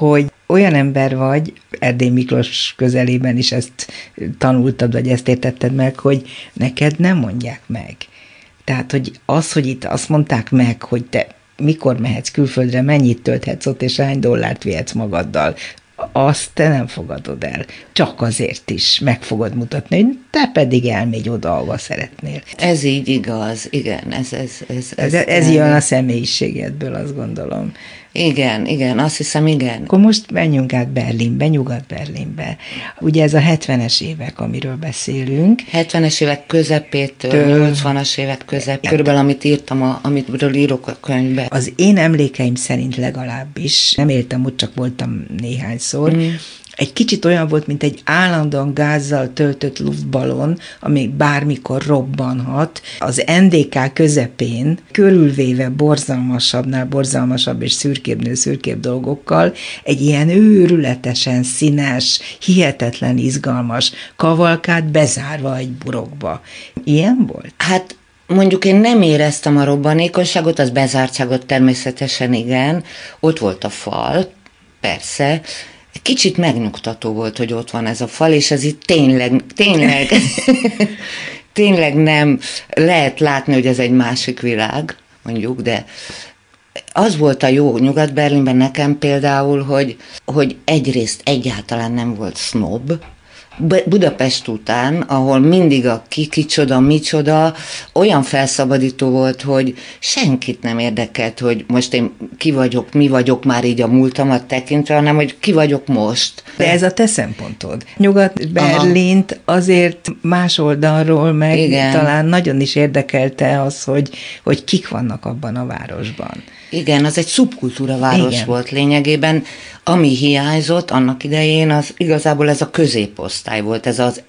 Speaker 2: olyan ember vagy, Erdély Miklós közelében is ezt tanultad, vagy ezt értetted meg, hogy neked nem mondják meg. Tehát, hogy itt azt mondták meg, hogy te mikor mehetsz külföldre, mennyit tölthetsz ott, és hány dollárt vihetsz magaddal, azt te nem fogadod el. Csak azért is meg fogod mutatni, hogy te pedig elmegy oda, ahova szeretnél.
Speaker 3: Ez így igaz, igen.
Speaker 2: Ez jön a személyiségedből, azt gondolom.
Speaker 3: Igen, azt hiszem, igen.
Speaker 2: Akkor most menjünk át Berlinbe, Nyugat-Berlinbe. Ugye ez a 70-es évek, amiről beszélünk.
Speaker 3: 70-es évek közepétől, 80-as évek közepétől, körülbelül amit írtam, amitről írok a könyvbe.
Speaker 2: Az én emlékeim szerint legalábbis, nem éltem ott, csak voltam néhányszor, egy kicsit olyan volt, mint egy állandóan gázzal töltött luftballon, ami bármikor robbanhat. Az NDK közepén, körülvéve borzalmasabbnál borzalmasabb és szürkébbnél szürkébb dolgokkal, egy ilyen őrületesen színes, hihetetlen izgalmas kavalkád bezárva egy burokba. Ilyen volt?
Speaker 3: Hát mondjuk én nem éreztem a robbanékonyságot, az bezártságot természetesen igen. Ott volt a fal, persze. Kicsit megnyugtató volt, hogy ott van ez a fal, és ez itt tényleg nem lehet látni, hogy ez egy másik világ, mondjuk, de az volt a jó Nyugat-Berlinben nekem például, hogy egyrészt egyáltalán nem volt sznob, Budapest után, ahol mindig a kicsoda, micsoda, olyan felszabadító volt, hogy senkit nem érdekelt, hogy most én ki vagyok, mi vagyok már így a múltamat tekintve, hanem hogy ki vagyok most.
Speaker 2: De ez a te szempontod. Nyugat-Berlint azért más oldalról meg igen. Talán nagyon is érdekelte az, hogy kik vannak abban a városban.
Speaker 3: Igen, az egy szubkultúra város igen. volt lényegében. Ami hiányzott annak idején, az igazából ez a középosztály volt,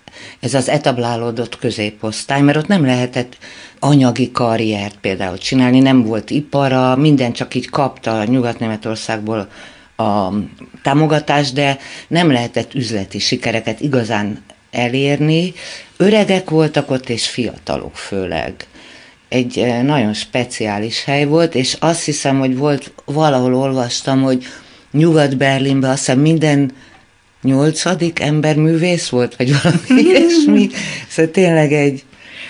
Speaker 3: ez az etablálódott középosztály, mert ott nem lehetett anyagi karriert például csinálni, nem volt ipara, minden csak így kapta Nyugat-Németországból a támogatást, de nem lehetett üzleti sikereket igazán elérni. Öregek voltak ott, és fiatalok főleg. Egy nagyon speciális hely volt, és azt hiszem, hogy valahol olvastam, hogy Nyugat-Berlinben azt hiszem minden 8. ember művész volt, vagy valami ilyesmi. Szóval tényleg egy...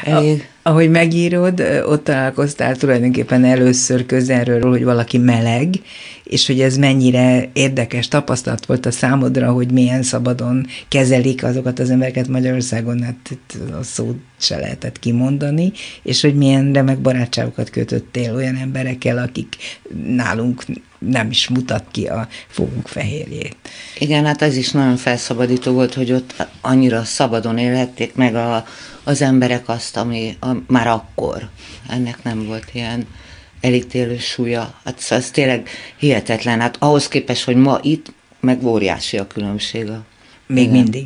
Speaker 2: Ahogy megírod, ott találkoztál tulajdonképpen először közelről, hogy valaki meleg, és hogy ez mennyire érdekes tapasztalat volt a számodra, hogy milyen szabadon kezelik azokat az embereket Magyarországon, hát a szót se lehetett kimondani, és hogy milyen remek barátságokat kötöttél olyan emberekkel, akik nálunk nem is mutat ki a fogunk fehérjét.
Speaker 3: Igen, hát ez is nagyon felszabadító volt, hogy ott annyira szabadon élhették meg az emberek azt, ami már akkor. Ennek nem volt ilyen elítélő súlya. Hát ez tényleg hihetetlen. Hát ahhoz képest, hogy ma itt meg óriási a különbség.
Speaker 2: Még igen. Mindig.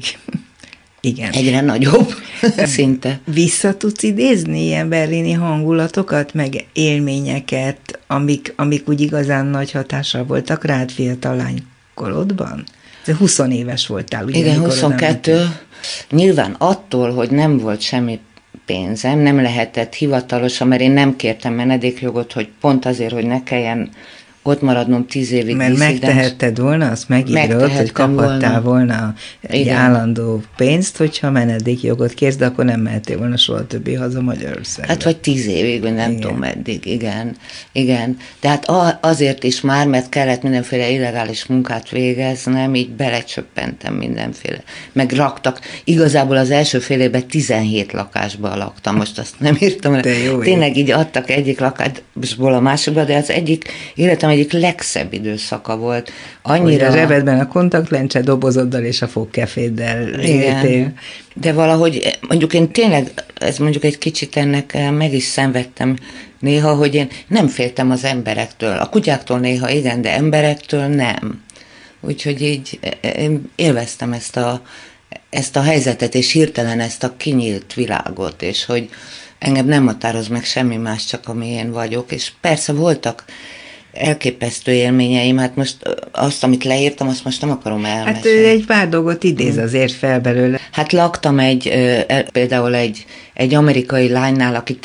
Speaker 2: Igen.
Speaker 3: Egyre nagyobb szinte.
Speaker 2: Vissza tudsz idézni ilyen berlini hangulatokat, meg élményeket, amik úgy igazán nagy hatással voltak rád fiatal lánykorodban? 20 éves voltál, ugye?
Speaker 3: Igen, 22. Nyilván attól, hogy nem volt semmi pénzem, nem lehetett hivatalosan, mert én nem kértem menedékjogot, hogy pont azért, hogy ne kelljen ott maradnom 10 évig.
Speaker 2: Mert megtehetted volna, azt megírod, hogy kaphattál volna egy igen. állandó pénzt, hogyha menedékjogot kérsz, de akkor nem mehettél volna soha többé haza Magyarországra.
Speaker 3: Hát vagy 10 évig, vagy nem igen. tudom meddig, igen. De hát azért is már, mert kellett mindenféle illegális munkát végeznem, így belecsöppentem mindenféle. Meg raktak, igazából az első fél évben 17 lakásban laktam, most azt nem írtam, tényleg így adtak egyik lakásból a másikba, de az egyik életem egyik legszebb időszaka volt.
Speaker 2: Annyira... Hogy a zsebedben a kontaktlencse dobozoddal és a fogkeféddel éltél.
Speaker 3: De valahogy, mondjuk én tényleg, ez mondjuk egy kicsit ennek meg is szenvedtem néha, hogy én nem féltem az emberektől. A kutyáktól néha igen, de emberektől nem. Úgyhogy így én élveztem ezt a helyzetet, és hirtelen ezt a kinyílt világot, és hogy engem nem határoz meg semmi más, csak ami én vagyok. És persze voltak elképesztő élményeim, hát most azt, amit leírtam, azt most nem akarom elmesélni.
Speaker 2: Hát egy pár dolgot idéz azért fel belőle.
Speaker 3: Hát laktam például egy amerikai lánynál, aki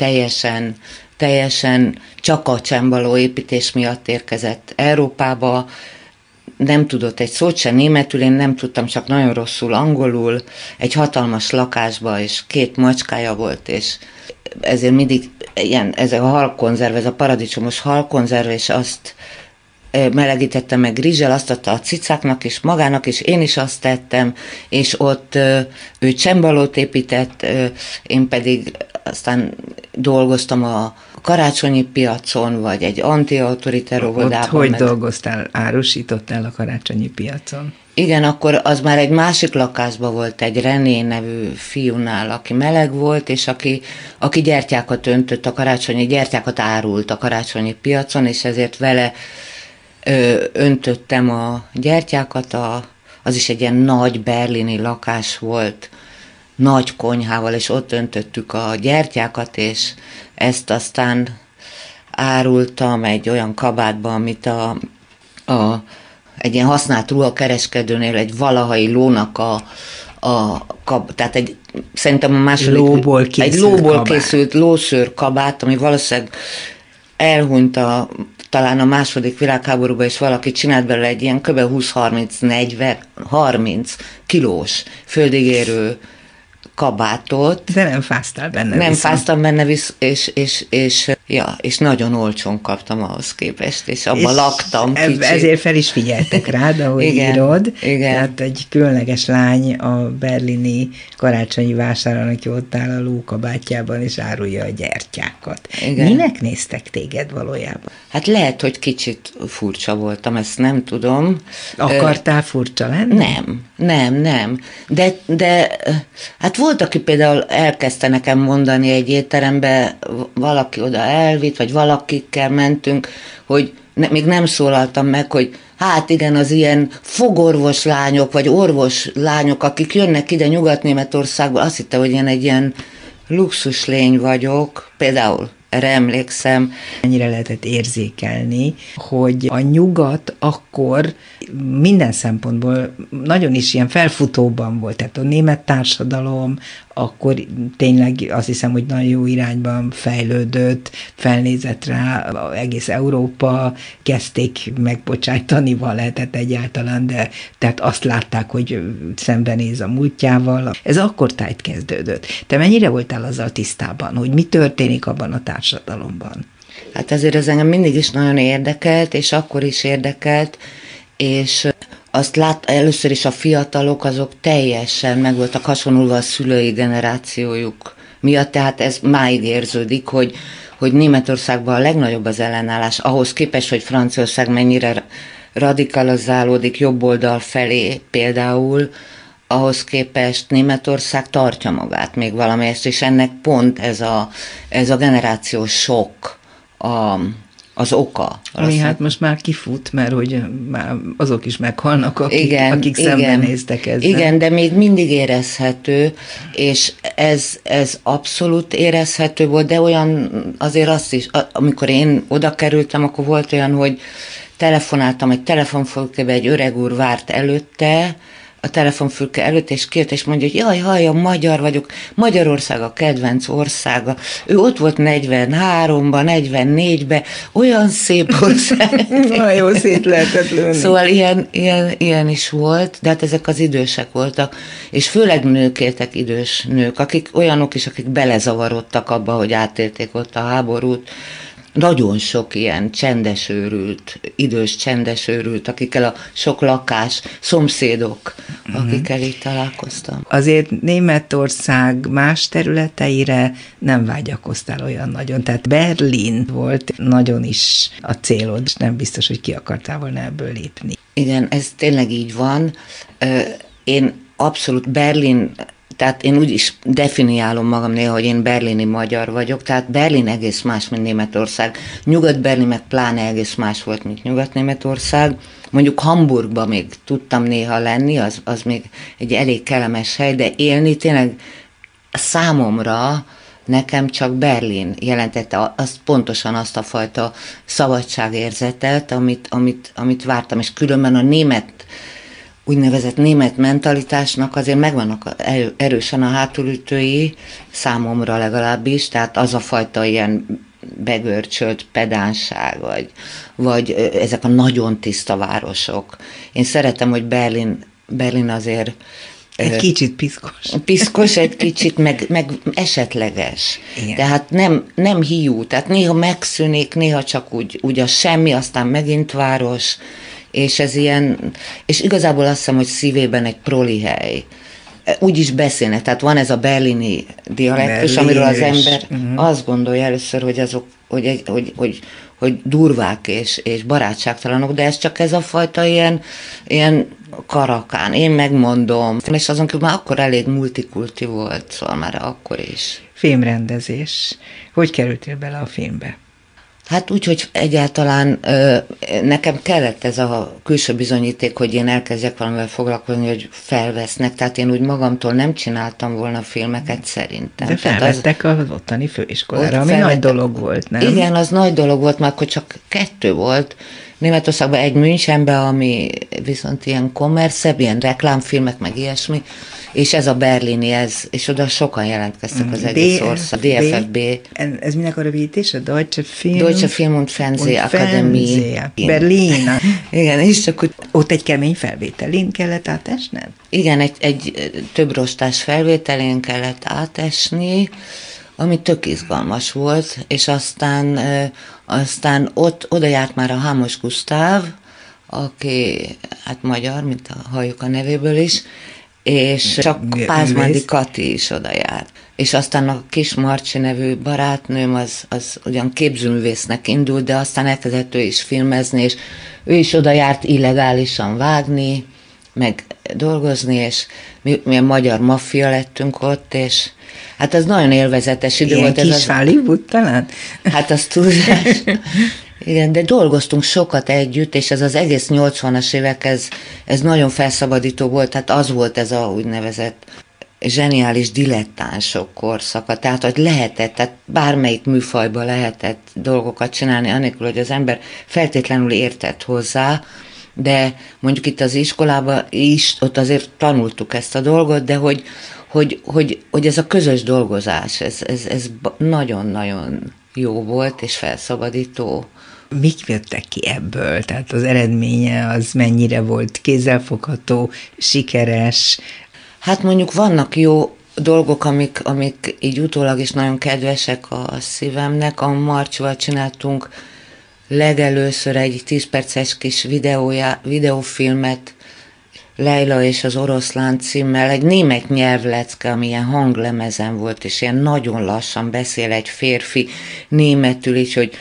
Speaker 3: teljesen csak a csembaló építés miatt érkezett Európába, nem tudott egy szót sem németül, én nem tudtam, csak nagyon rosszul angolul, egy hatalmas lakásba, és 2 macskája volt, és ezért mindig ez a halkonzerv, ez a paradicsomos halkonzerv, és azt melegítette meg rizssel, azt adta a cicáknak is, magának is, én is azt tettem, és ott ő csembalót épített, én pedig aztán dolgoztam a karácsonyi piacon, vagy egy anti-autoriter óvodában.
Speaker 2: Ott hogy dolgoztál? Árusítottál a karácsonyi piacon?
Speaker 3: Igen, akkor az már egy másik lakásban volt, egy René nevű fiúnál, aki meleg volt, és aki gyertyákat öntött, a karácsonyi gyertyákat árult a karácsonyi piacon, és ezért vele öntöttem a gyertyákat, az is egy ilyen nagy berlini lakás volt, nagy konyhával, és ott öntöttük a gyertyákat, és ezt aztán árultam egy olyan kabátba, amit egy ilyen használt ruhakereskedőnél egy valahai lónak tehát szerintem a második... Egy lóból készült lószőr kabát, ami valószínűleg elhunyt talán a második világháborúban, és valaki csinált belőle egy ilyen kb. 20-30 kilós földigérő kabátot.
Speaker 2: De nem fáztál benne.
Speaker 3: Nem fáztam benne, és nagyon olcsón kaptam ahhoz képest, és abban laktam kicsit.
Speaker 2: Ezért fel is figyeltek rád, ahogy
Speaker 3: igen,
Speaker 2: írod.
Speaker 3: Igen.
Speaker 2: Tehát egy különleges lány a berlini karácsonyi vásáron, aki ott áll a lókabátjában, és árulja a gyertyákat. Igen. Minek néztek téged valójában?
Speaker 3: Hát lehet, hogy kicsit furcsa voltam, ezt nem tudom.
Speaker 2: Akartál furcsa lenni?
Speaker 3: Nem. De hát volt, aki például elkezdte nekem mondani egy étterembe, valaki oda elvitt, vagy valakikkel mentünk, hogy még nem szólaltam meg, hogy hát igen, az ilyen fogorvos lányok, vagy orvos lányok, akik jönnek ide Nyugat-Németországból, azt hittem, hogy én egy ilyen luxuslény vagyok, például. Erre emlékszem.
Speaker 2: Ennyire lehetett érzékelni, hogy a nyugat akkor minden szempontból nagyon is ilyen felfutóban volt. Tehát a német társadalom akkor tényleg azt hiszem, hogy nagyon jó irányban fejlődött, felnézett rá, egész Európa kezdték megbocsájtani, lehetett egyáltalán, de tehát azt látták, hogy szembenéz a múltjával. Ez akkor tájt kezdődött. Te mennyire voltál azzal tisztában, hogy mi történik abban a társadalomban?
Speaker 3: Hát ezért ez engem mindig is nagyon érdekelt, és akkor is érdekelt, és azt először is a fiatalok azok teljesen meg voltak hasonulva a szülői generációjuk miatt, tehát ez máig érződik, hogy Németországban a legnagyobb az ellenállás, ahhoz képest, hogy Franciaország mennyire radikalizálódik jobb oldal felé például, ahhoz képest Németország tartja magát még valamelyest, és ennek pont ez a generációs sok az oka.
Speaker 2: Ami hát most már kifut, mert hogy már azok is meghalnak, akik szembenéztek ezzel.
Speaker 3: Igen, de még mindig érezhető, és ez abszolút érezhető volt, de olyan azért azt is, amikor én oda kerültem, akkor volt olyan, hogy telefonáltam egy telefonfülkébe, egy öreg úr várt előtte, a telefonfülke előtt, és kijött, és mondja, hogy jaj, hallja, magyar vagyok, Magyarország a kedvenc országa. Ő ott volt 43-ban, 44-ben, olyan szép ország.
Speaker 2: Nagyon jó szét lehetett lőni.
Speaker 3: Szóval ilyen is volt, de hát ezek az idősek voltak, és főleg nők éltek, idős nők, olyanok is, akik belezavarodtak abba, hogy átélték ott a háborút. Nagyon sok ilyen csendesőrült, idős csendesőrült, akikkel a sok lakás, szomszédok, akikkel így találkoztam.
Speaker 2: Azért Németország más területeire nem vágyakoztál olyan nagyon, tehát Berlin volt nagyon is a célod, és nem biztos, hogy ki akartál volna ebből lépni.
Speaker 3: Igen, ez tényleg így van. Én abszolút tehát én úgy is definiálom magam néha, hogy én berlini magyar vagyok, tehát Berlin egész más, mint Németország. Nyugat-Berlin meg pláne egész más volt, mint Nyugat-Németország. Mondjuk Hamburgban még tudtam néha lenni, az még egy elég kellemes hely, de élni tényleg számomra nekem csak Berlin jelentette pontosan azt a fajta szabadságérzetet, amit vártam, és különben a úgynevezett német mentalitásnak azért megvannak erősen a hátulütői, számomra legalábbis, tehát az a fajta ilyen begörcsölt pedánság, vagy ezek a nagyon tiszta városok. Én szeretem, hogy Berlin azért
Speaker 2: egy kicsit piszkos.
Speaker 3: Piszkos, egy kicsit, meg esetleges.
Speaker 2: Igen.
Speaker 3: Tehát nem hiú, tehát néha megszűnik, néha csak úgy a semmi, aztán megint város, és ez ilyen, és igazából azt hiszem, hogy szívében egy proli hely. Úgy is beszélnek, tehát van ez a berlini dialektus, amiről az ember azt gondolja először, hogy azok, hogy durvák és barátságtalanok, de ez a fajta ilyen karakán, én megmondom, és azon kívül már akkor elég multikulti volt, szóval már akkor is.
Speaker 2: Filmrendezés. Hogy kerültél bele a filmbe?
Speaker 3: Hát úgy, hogy egyáltalán nekem kellett ez a külső bizonyíték, hogy én elkezdjek valamivel foglalkozni, hogy felvesznek, tehát én úgy magamtól nem csináltam volna filmeket szerintem.
Speaker 2: De felvettek az ottani főiskolára, ami nagy dolog volt, nem?
Speaker 3: Igen, az nagy dolog volt, már akkor csak 2 volt. Németországban egy Münchenben, ami viszont ilyen kommerszebb, ilyen reklámfilmek, meg ilyesmi, és ez a berlini, és oda sokan jelentkeztek az egész ország. DFFB.
Speaker 2: Ez minek a rövidítése? Deutsche
Speaker 3: Film und Fernsehakademie.
Speaker 2: Berlin.
Speaker 3: Igen, és csak úgy...
Speaker 2: Ott egy kemény felvételén kellett átesned?
Speaker 3: Igen, egy több rostás felvételén kellett átesni, ami tök izgalmas volt, és aztán oda járt már a Hámos Gusztáv, aki hát magyar, mint halljuk a nevéből is, és csak Pázmándi Kati is oda járt. És aztán a Kis Marcsi nevű barátnőm az ugyan képzőművésznek indult, de aztán elkezdett ő is filmezni, és ő is oda járt illegálisan vágni, meg dolgozni, és mi a magyar maffia lettünk ott, és hát ez nagyon élvezetes idő volt.
Speaker 2: Ilyen kis Hollywood talán?
Speaker 3: Hát az túlzás. Igen, de dolgoztunk sokat együtt, és ez az egész 80-as évek, ez nagyon felszabadító volt, tehát az volt ez a úgynevezett zseniális dilettánsok korszaka, tehát hogy lehetett, tehát bármelyik műfajban lehetett dolgokat csinálni, anélkül, hogy az ember feltétlenül értett hozzá, de mondjuk itt az iskolában is, ott azért tanultuk ezt a dolgot, de hogy ez a közös dolgozás, ez nagyon-nagyon jó volt, és felszabadító.
Speaker 2: Mik jöttek ki ebből? Tehát az eredménye az mennyire volt kézzelfogható, sikeres?
Speaker 3: Hát mondjuk vannak jó dolgok, amik így utólag is nagyon kedvesek a szívemnek. A Marcsival csináltunk legelőször egy 10 perces kis videófilmet, Leila és az oroszlán címmel, egy német nyelvlecke, ami ilyen hanglemezen volt, és ilyen nagyon lassan beszél egy férfi németül is, hogy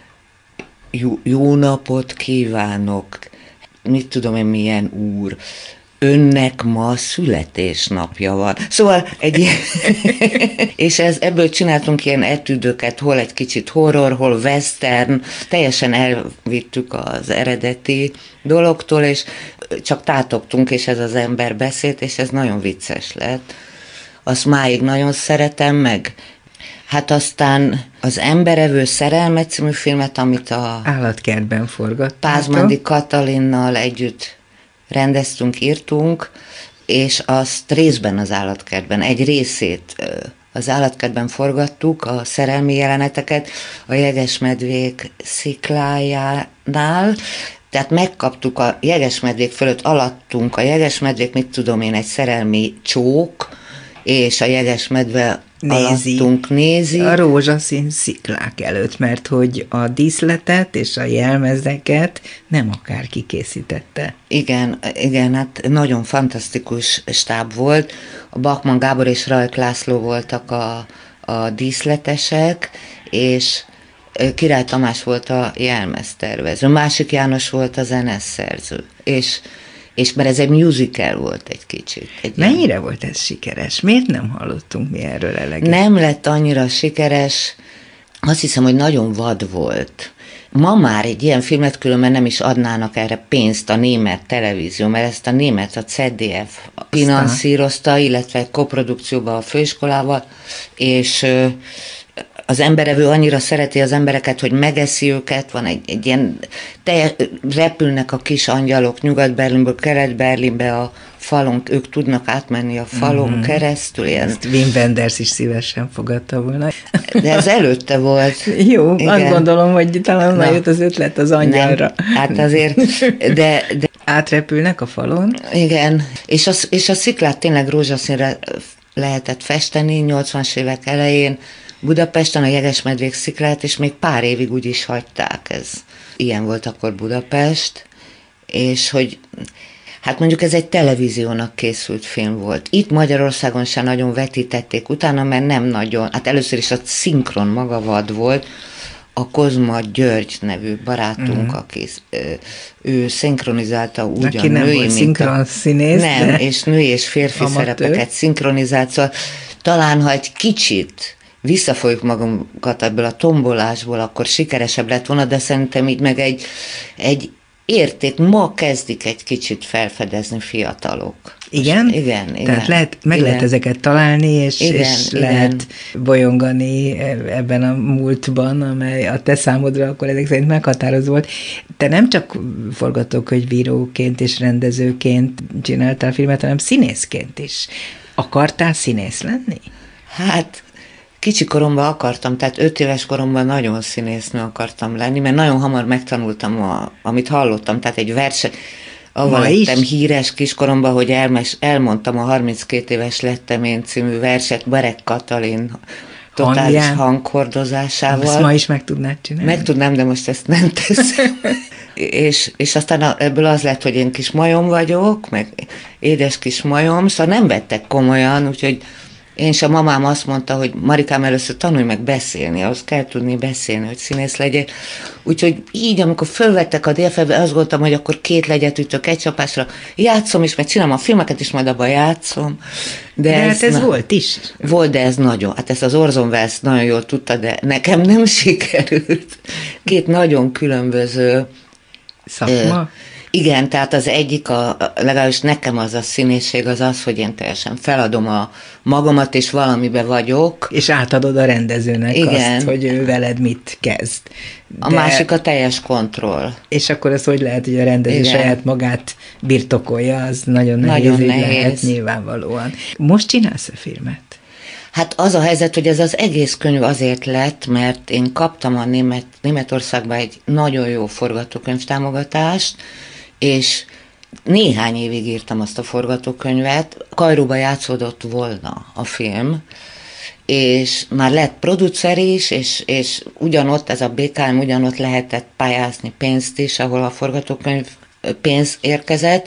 Speaker 3: jó napot kívánok, mit tudom én, milyen úr, önnek ma születésnapja van. Szóval és ebből csináltunk ilyen etüdöket, hol egy kicsit horror, hol western, teljesen elvittük az eredeti dologtól, és csak tátogtunk, és ez az ember beszélt, és ez nagyon vicces lett. Azt máig nagyon szeretem, meg hát aztán az Emberevő szerelme című filmet, amit a
Speaker 2: Állatkertben forgattunk.
Speaker 3: Pázmándi Katalinnal együtt rendeztünk, írtunk, és azt részben az Állatkertben, egy részét az Állatkertben forgattuk, a szerelmi jeleneteket a Jegesmedvék sziklájánál, tehát megkaptuk a Jegesmedvék fölött, alattunk a Jegesmedvék, mit tudom én, egy szerelmi csók, és a Jegesmedve alattunk nézi. A
Speaker 2: rózsaszín sziklák előtt, mert hogy a díszletet és a jelmezeket nem akárki készítette.
Speaker 3: Igen, hát nagyon fantasztikus stáb volt. A Bachmann Gábor és Rajk László voltak a díszletesek, és Király Tamás volt a jelmeztervező, Másik János volt a zeneszerző, és mert ez egy musical volt egy kicsit.
Speaker 2: Mennyire volt ez sikeres? Miért nem hallottunk mi erről eleget?
Speaker 3: Nem lett annyira sikeres, azt hiszem, hogy nagyon vad volt. Ma már egy ilyen filmet különben nem is adnának erre pénzt a német televízió, mert ezt a német, a ZDF finanszírozta, illetve koprodukcióban a főiskolával, és az emberevő annyira szereti az embereket, hogy megeszi őket, van egy ilyen, repülnek a kis angyalok Nyugat-Berlinből, Kelet-Berlinbe a falon, ők tudnak átmenni a falon keresztül. Ilyen.
Speaker 2: Ezt Wim Wenders is szívesen fogadta volna.
Speaker 3: De ez előtte volt.
Speaker 2: Jó, igen. Azt gondolom, hogy talán jött az ötlet az angyalra.
Speaker 3: Nem, hát azért, de
Speaker 2: átrepülnek a falon?
Speaker 3: Igen, és a sziklát tényleg rózsaszínre lehetett festeni 80-as évek elején, Budapesten a Jegesmedvék sziklát, és még pár évig úgy is hagyták. Ilyen volt akkor Budapest, és hogy hát mondjuk ez egy televíziónak készült film volt. Itt Magyarországon sem nagyon vetítették utána, mert nem nagyon, hát először is a szinkron maga vad volt, a Kozma György nevű barátunk, aki ő szinkronizálta úgy
Speaker 2: aki
Speaker 3: a női,
Speaker 2: nem volt szinkronszínész,
Speaker 3: nem, és női és férfi szerepeket szinkronizált, szóval talán, ha egy kicsit visszafoljuk magunkat ebből a tombolásból, akkor sikeresebb lett volna, de szerintem így meg egy érték, ma kezdik egy kicsit felfedezni fiatalok.
Speaker 2: Igen?
Speaker 3: Igen.
Speaker 2: Tehát lehet ezeket találni, és lehet bolyongani ebben a múltban, amely a te számodra akkor ezek szerint meghatározó volt. Te nem csak forgatókönyvíróként és rendezőként csináltál filmet, hanem színészként is. Akartál színész lenni?
Speaker 3: Hát kicsi koromban akartam, tehát 5 éves koromban nagyon színésznő akartam lenni, mert nagyon hamar megtanultam, amit hallottam, tehát egy verset, avval lettem híres kiskoromban, hogy elmondtam a 32 éves lettem én című verset Berek Katalin totális hanghordozásával.
Speaker 2: Ezt ma is meg tudnád csinálni?
Speaker 3: Meg tudnám, de most ezt nem teszem. és aztán ebből az lett, hogy én kis majom vagyok, meg édes kis majom, szóval nem vettek komolyan, úgyhogy én és a mamám azt mondta, hogy Marikám, először tanulj meg beszélni, ahhoz kell tudni beszélni, hogy színész legyél. Úgyhogy így, amikor fölvettek a DFF-be, azt gondoltam, hogy akkor 2 legyet ütök egy csapásra, játszom is, meg csinálom a filmeket is, majd abban játszom.
Speaker 2: De hát ez volt is.
Speaker 3: Volt, de ez nagyon. Hát ezt az Orson Welles nagyon jól tudta, de nekem nem sikerült. 2 nagyon különböző
Speaker 2: szakma.
Speaker 3: Igen, tehát az egyik, legalábbis nekem az a színészség az, hogy én teljesen feladom a magamat, és valamibe vagyok.
Speaker 2: És átadod a rendezőnek azt, hogy ő veled mit kezd.
Speaker 3: A másik a teljes kontroll.
Speaker 2: És akkor az hogy lehet, hogy a rendező saját magát birtokolja, az nagyon nehéz. Lehet nyilvánvalóan. Most csinálsz a filmet?
Speaker 3: Hát az a helyzet, hogy ez az egész könyv azért lett, mert én kaptam a Németországban egy nagyon jó forgatókönyvtámogatást, és néhány évig írtam azt a forgatókönyvet, Kairóban játszódott volna a film, és már lett producer is, és ugyanott, ez a BKM, ugyanott lehetett pályázni pénzt is, ahol a forgatókönyv pénz érkezett,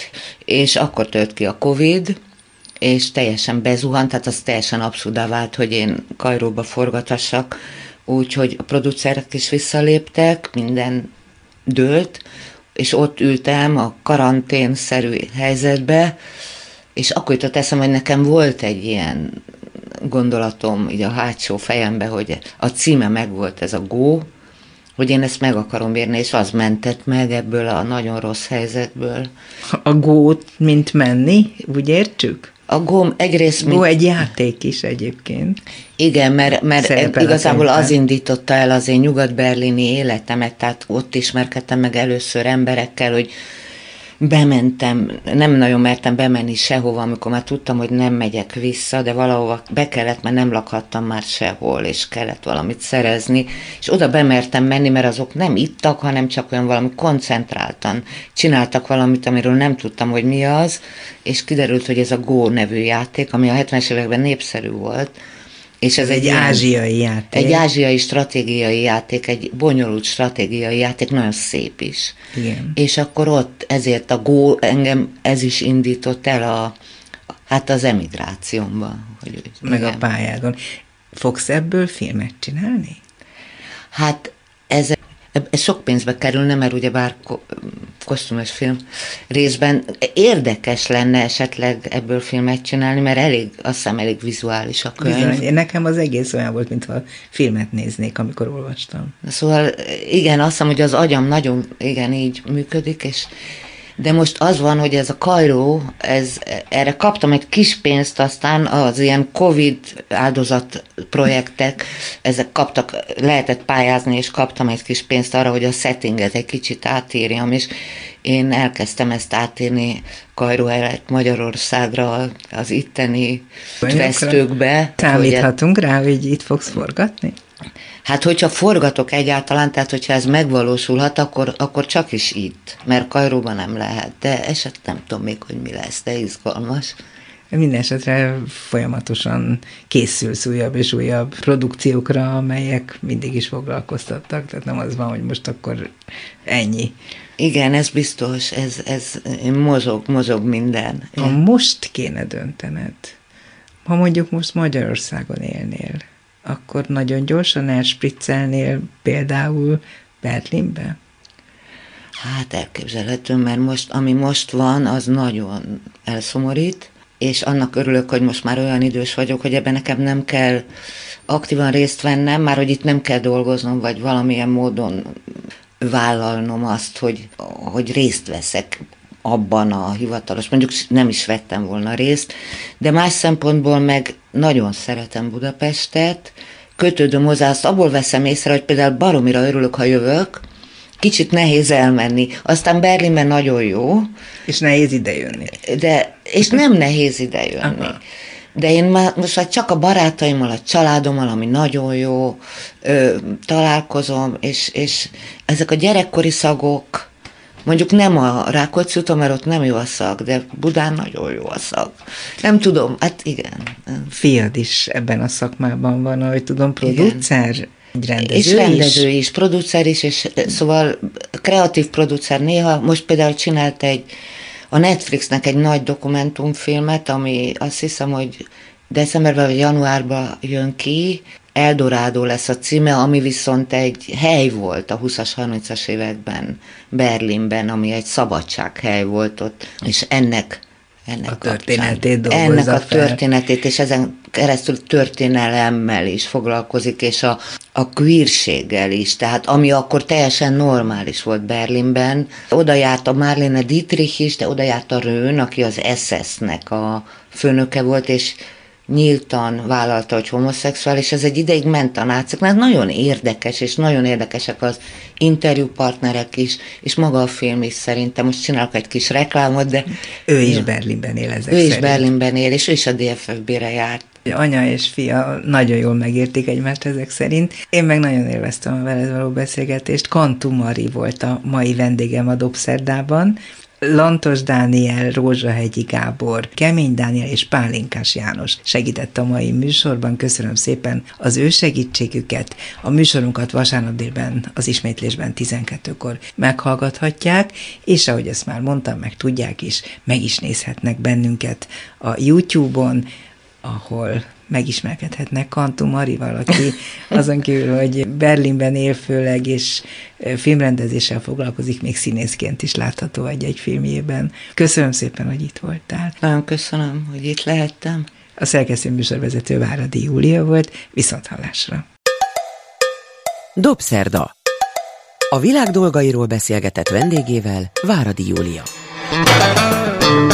Speaker 3: és akkor tört ki a Covid, és teljesen bezuhant, tehát az teljesen abszurdá vált, hogy én Kairóba forgatassak, úgyhogy a producerek is visszaléptek, minden dőlt, és ott ültem a karanténszerű helyzetbe, és akkor jutott eszembe, hogy nekem volt egy ilyen gondolatom így a hátsó fejembe, hogy a címe megvolt, ez a Go, hogy én ezt meg akarom érni, és az mentett meg ebből a nagyon rossz helyzetből.
Speaker 2: A Go-t, mint menni, úgy értsük?
Speaker 3: A Go egyrészt...
Speaker 2: Go egy játék is egyébként.
Speaker 3: Igen, mert igazából az indította el az én nyugat-berlini életemet, tehát ott ismerkedtem meg először emberekkel, hogy bementem, nem nagyon mertem bemenni sehova, amikor már tudtam, hogy nem megyek vissza, de valahova be kellett, mert nem lakhattam már sehol, és kellett valamit szerezni, és oda bemertem menni, mert azok nem ittak, hanem csak olyan valami koncentráltan csináltak valamit, amiről nem tudtam, hogy mi az, és kiderült, hogy ez a Go nevű játék, ami a 70-es években népszerű volt, és ez egy
Speaker 2: ázsiai játék.
Speaker 3: Egy ázsiai stratégiai játék, egy bonyolult stratégiai játék, nagyon szép is.
Speaker 2: Igen.
Speaker 3: És akkor ott ezért a Go, engem ez is indított el az emigrációmba.
Speaker 2: Meg igen. A pályádon. Fogsz ebből filmet csinálni?
Speaker 3: Hát ez sok pénzbe kerülne, mert ugyebár kosztümös film részben érdekes lenne esetleg ebből filmet csinálni, mert azt hiszem elég vizuális a könyv.
Speaker 2: Bizony, nekem az egész olyan volt, mintha filmet néznék, amikor olvastam.
Speaker 3: Szóval igen, azt hiszem, hogy az agyam nagyon így működik, és De most az van, hogy ez a Kairó, erre kaptam egy kis pénzt, aztán az ilyen Covid áldozat projektek, ezek lehetett pályázni, és kaptam egy kis pénzt arra, hogy a settinget egy kicsit átírjam, és én elkezdtem ezt átírni Kairó helyett Magyarországra, az itteni vesztőkbe.
Speaker 2: Számíthatunk rá, hogy itt fogsz forgatni?
Speaker 3: Hát, hogyha forgatok egyáltalán, tehát hogyha ez megvalósulhat, akkor csak is itt, mert Kairóban nem lehet, de eset nem tudom még, hogy mi lesz, de izgalmas.
Speaker 2: Mindenesetre folyamatosan készülsz újabb és újabb produkciókra, amelyek mindig is foglalkoztattak, tehát nem az van, hogy most akkor ennyi.
Speaker 3: Igen, ez biztos, ez mozog minden.
Speaker 2: Ha most kéne döntened, ha mondjuk most Magyarországon élnél, akkor nagyon gyorsan elspriccelnél például Berlinbe?
Speaker 3: Hát elképzelhető, mert ami most van, az nagyon elszomorít, és annak örülök, hogy most már olyan idős vagyok, hogy ebben nekem nem kell aktívan részt vennem, már hogy itt nem kell dolgoznom, vagy valamilyen módon vállalnom azt, hogy részt veszek abban a hivatalos, mondjuk nem is vettem volna részt, de más szempontból meg nagyon szeretem Budapestet, kötődöm hozzá, azt abból veszem észre, hogy például baromira örülök, ha jövök, kicsit nehéz elmenni. Aztán Berlinben nagyon jó.
Speaker 2: És nehéz idejönni.
Speaker 3: És nem nehéz idejönni. Aha. De én most már csak a barátaimmal, a családommal, ami nagyon jó, találkozom, és ezek a gyerekkori szagok, mondjuk nem a Rákóczi úton, mert ott nem jó a szag, de Budán nagyon jó a szag. Nem tudom, hát igen.
Speaker 2: Fiad is ebben a szakmában van, ahogy tudom, producer, egy rendező
Speaker 3: és rendező is, producer is, és szóval kreatív producer néha. Most például csinált a Netflixnek egy nagy dokumentumfilmet, ami azt hiszem, hogy decemberben vagy januárban jön ki, Eldorado lesz a címe, ami viszont egy hely volt a 20-as, 30-as években Berlinben, ami egy szabadsághely volt ott, és ennek
Speaker 2: a történetét dolgozza
Speaker 3: ennek a történetét, és ezen keresztül történelemmel is foglalkozik, és a queerséggel is, tehát ami akkor teljesen normális volt Berlinben. Oda járt a Marlene Dietrich is, de oda járt a Rőn, aki az SS-nek a főnöke volt, és nyíltan vállalta, hogy homoszexuális, ez egy ideig ment a náciknál, nagyon érdekes, és nagyon érdekesek az interjúpartnerek is, és maga a film is szerintem, most csinálok egy kis reklámot, de...
Speaker 2: Ő is Berlinben él ezek
Speaker 3: szerint. Ő is Berlinben él, és ő is a DFFB-re járt.
Speaker 2: Anya és fia nagyon jól megérték egymást ezek szerint. Én meg nagyon élveztem a veled való beszélgetést. Kantú Mari volt a mai vendégem a Dobszerdában. Lantos Dániel, Rózsahegyi Gábor, Kemény Dániel és Pálinkás János segített a mai műsorban. Köszönöm szépen az ő segítségüket. A műsorunkat vasárnap délben az ismétlésben 12-kor meghallgathatják, és ahogy ezt már mondtam, meg tudják is, meg is nézhetnek bennünket a YouTube-on, ahol megismerkedhetnek Kantú Marival, aki azon kívül, hogy Berlinben él főleg, és filmrendezéssel foglalkozik, még színészként is látható egy filmjében. Köszönöm szépen, hogy itt voltál.
Speaker 3: Nagyon köszönöm, hogy itt lehettem.
Speaker 2: A szerkesztő műsorvezető Váradi Júlia volt, viszonthallásra.
Speaker 1: Dobszerda. A világ dolgairól beszélgetett vendégével Váradi Júlia.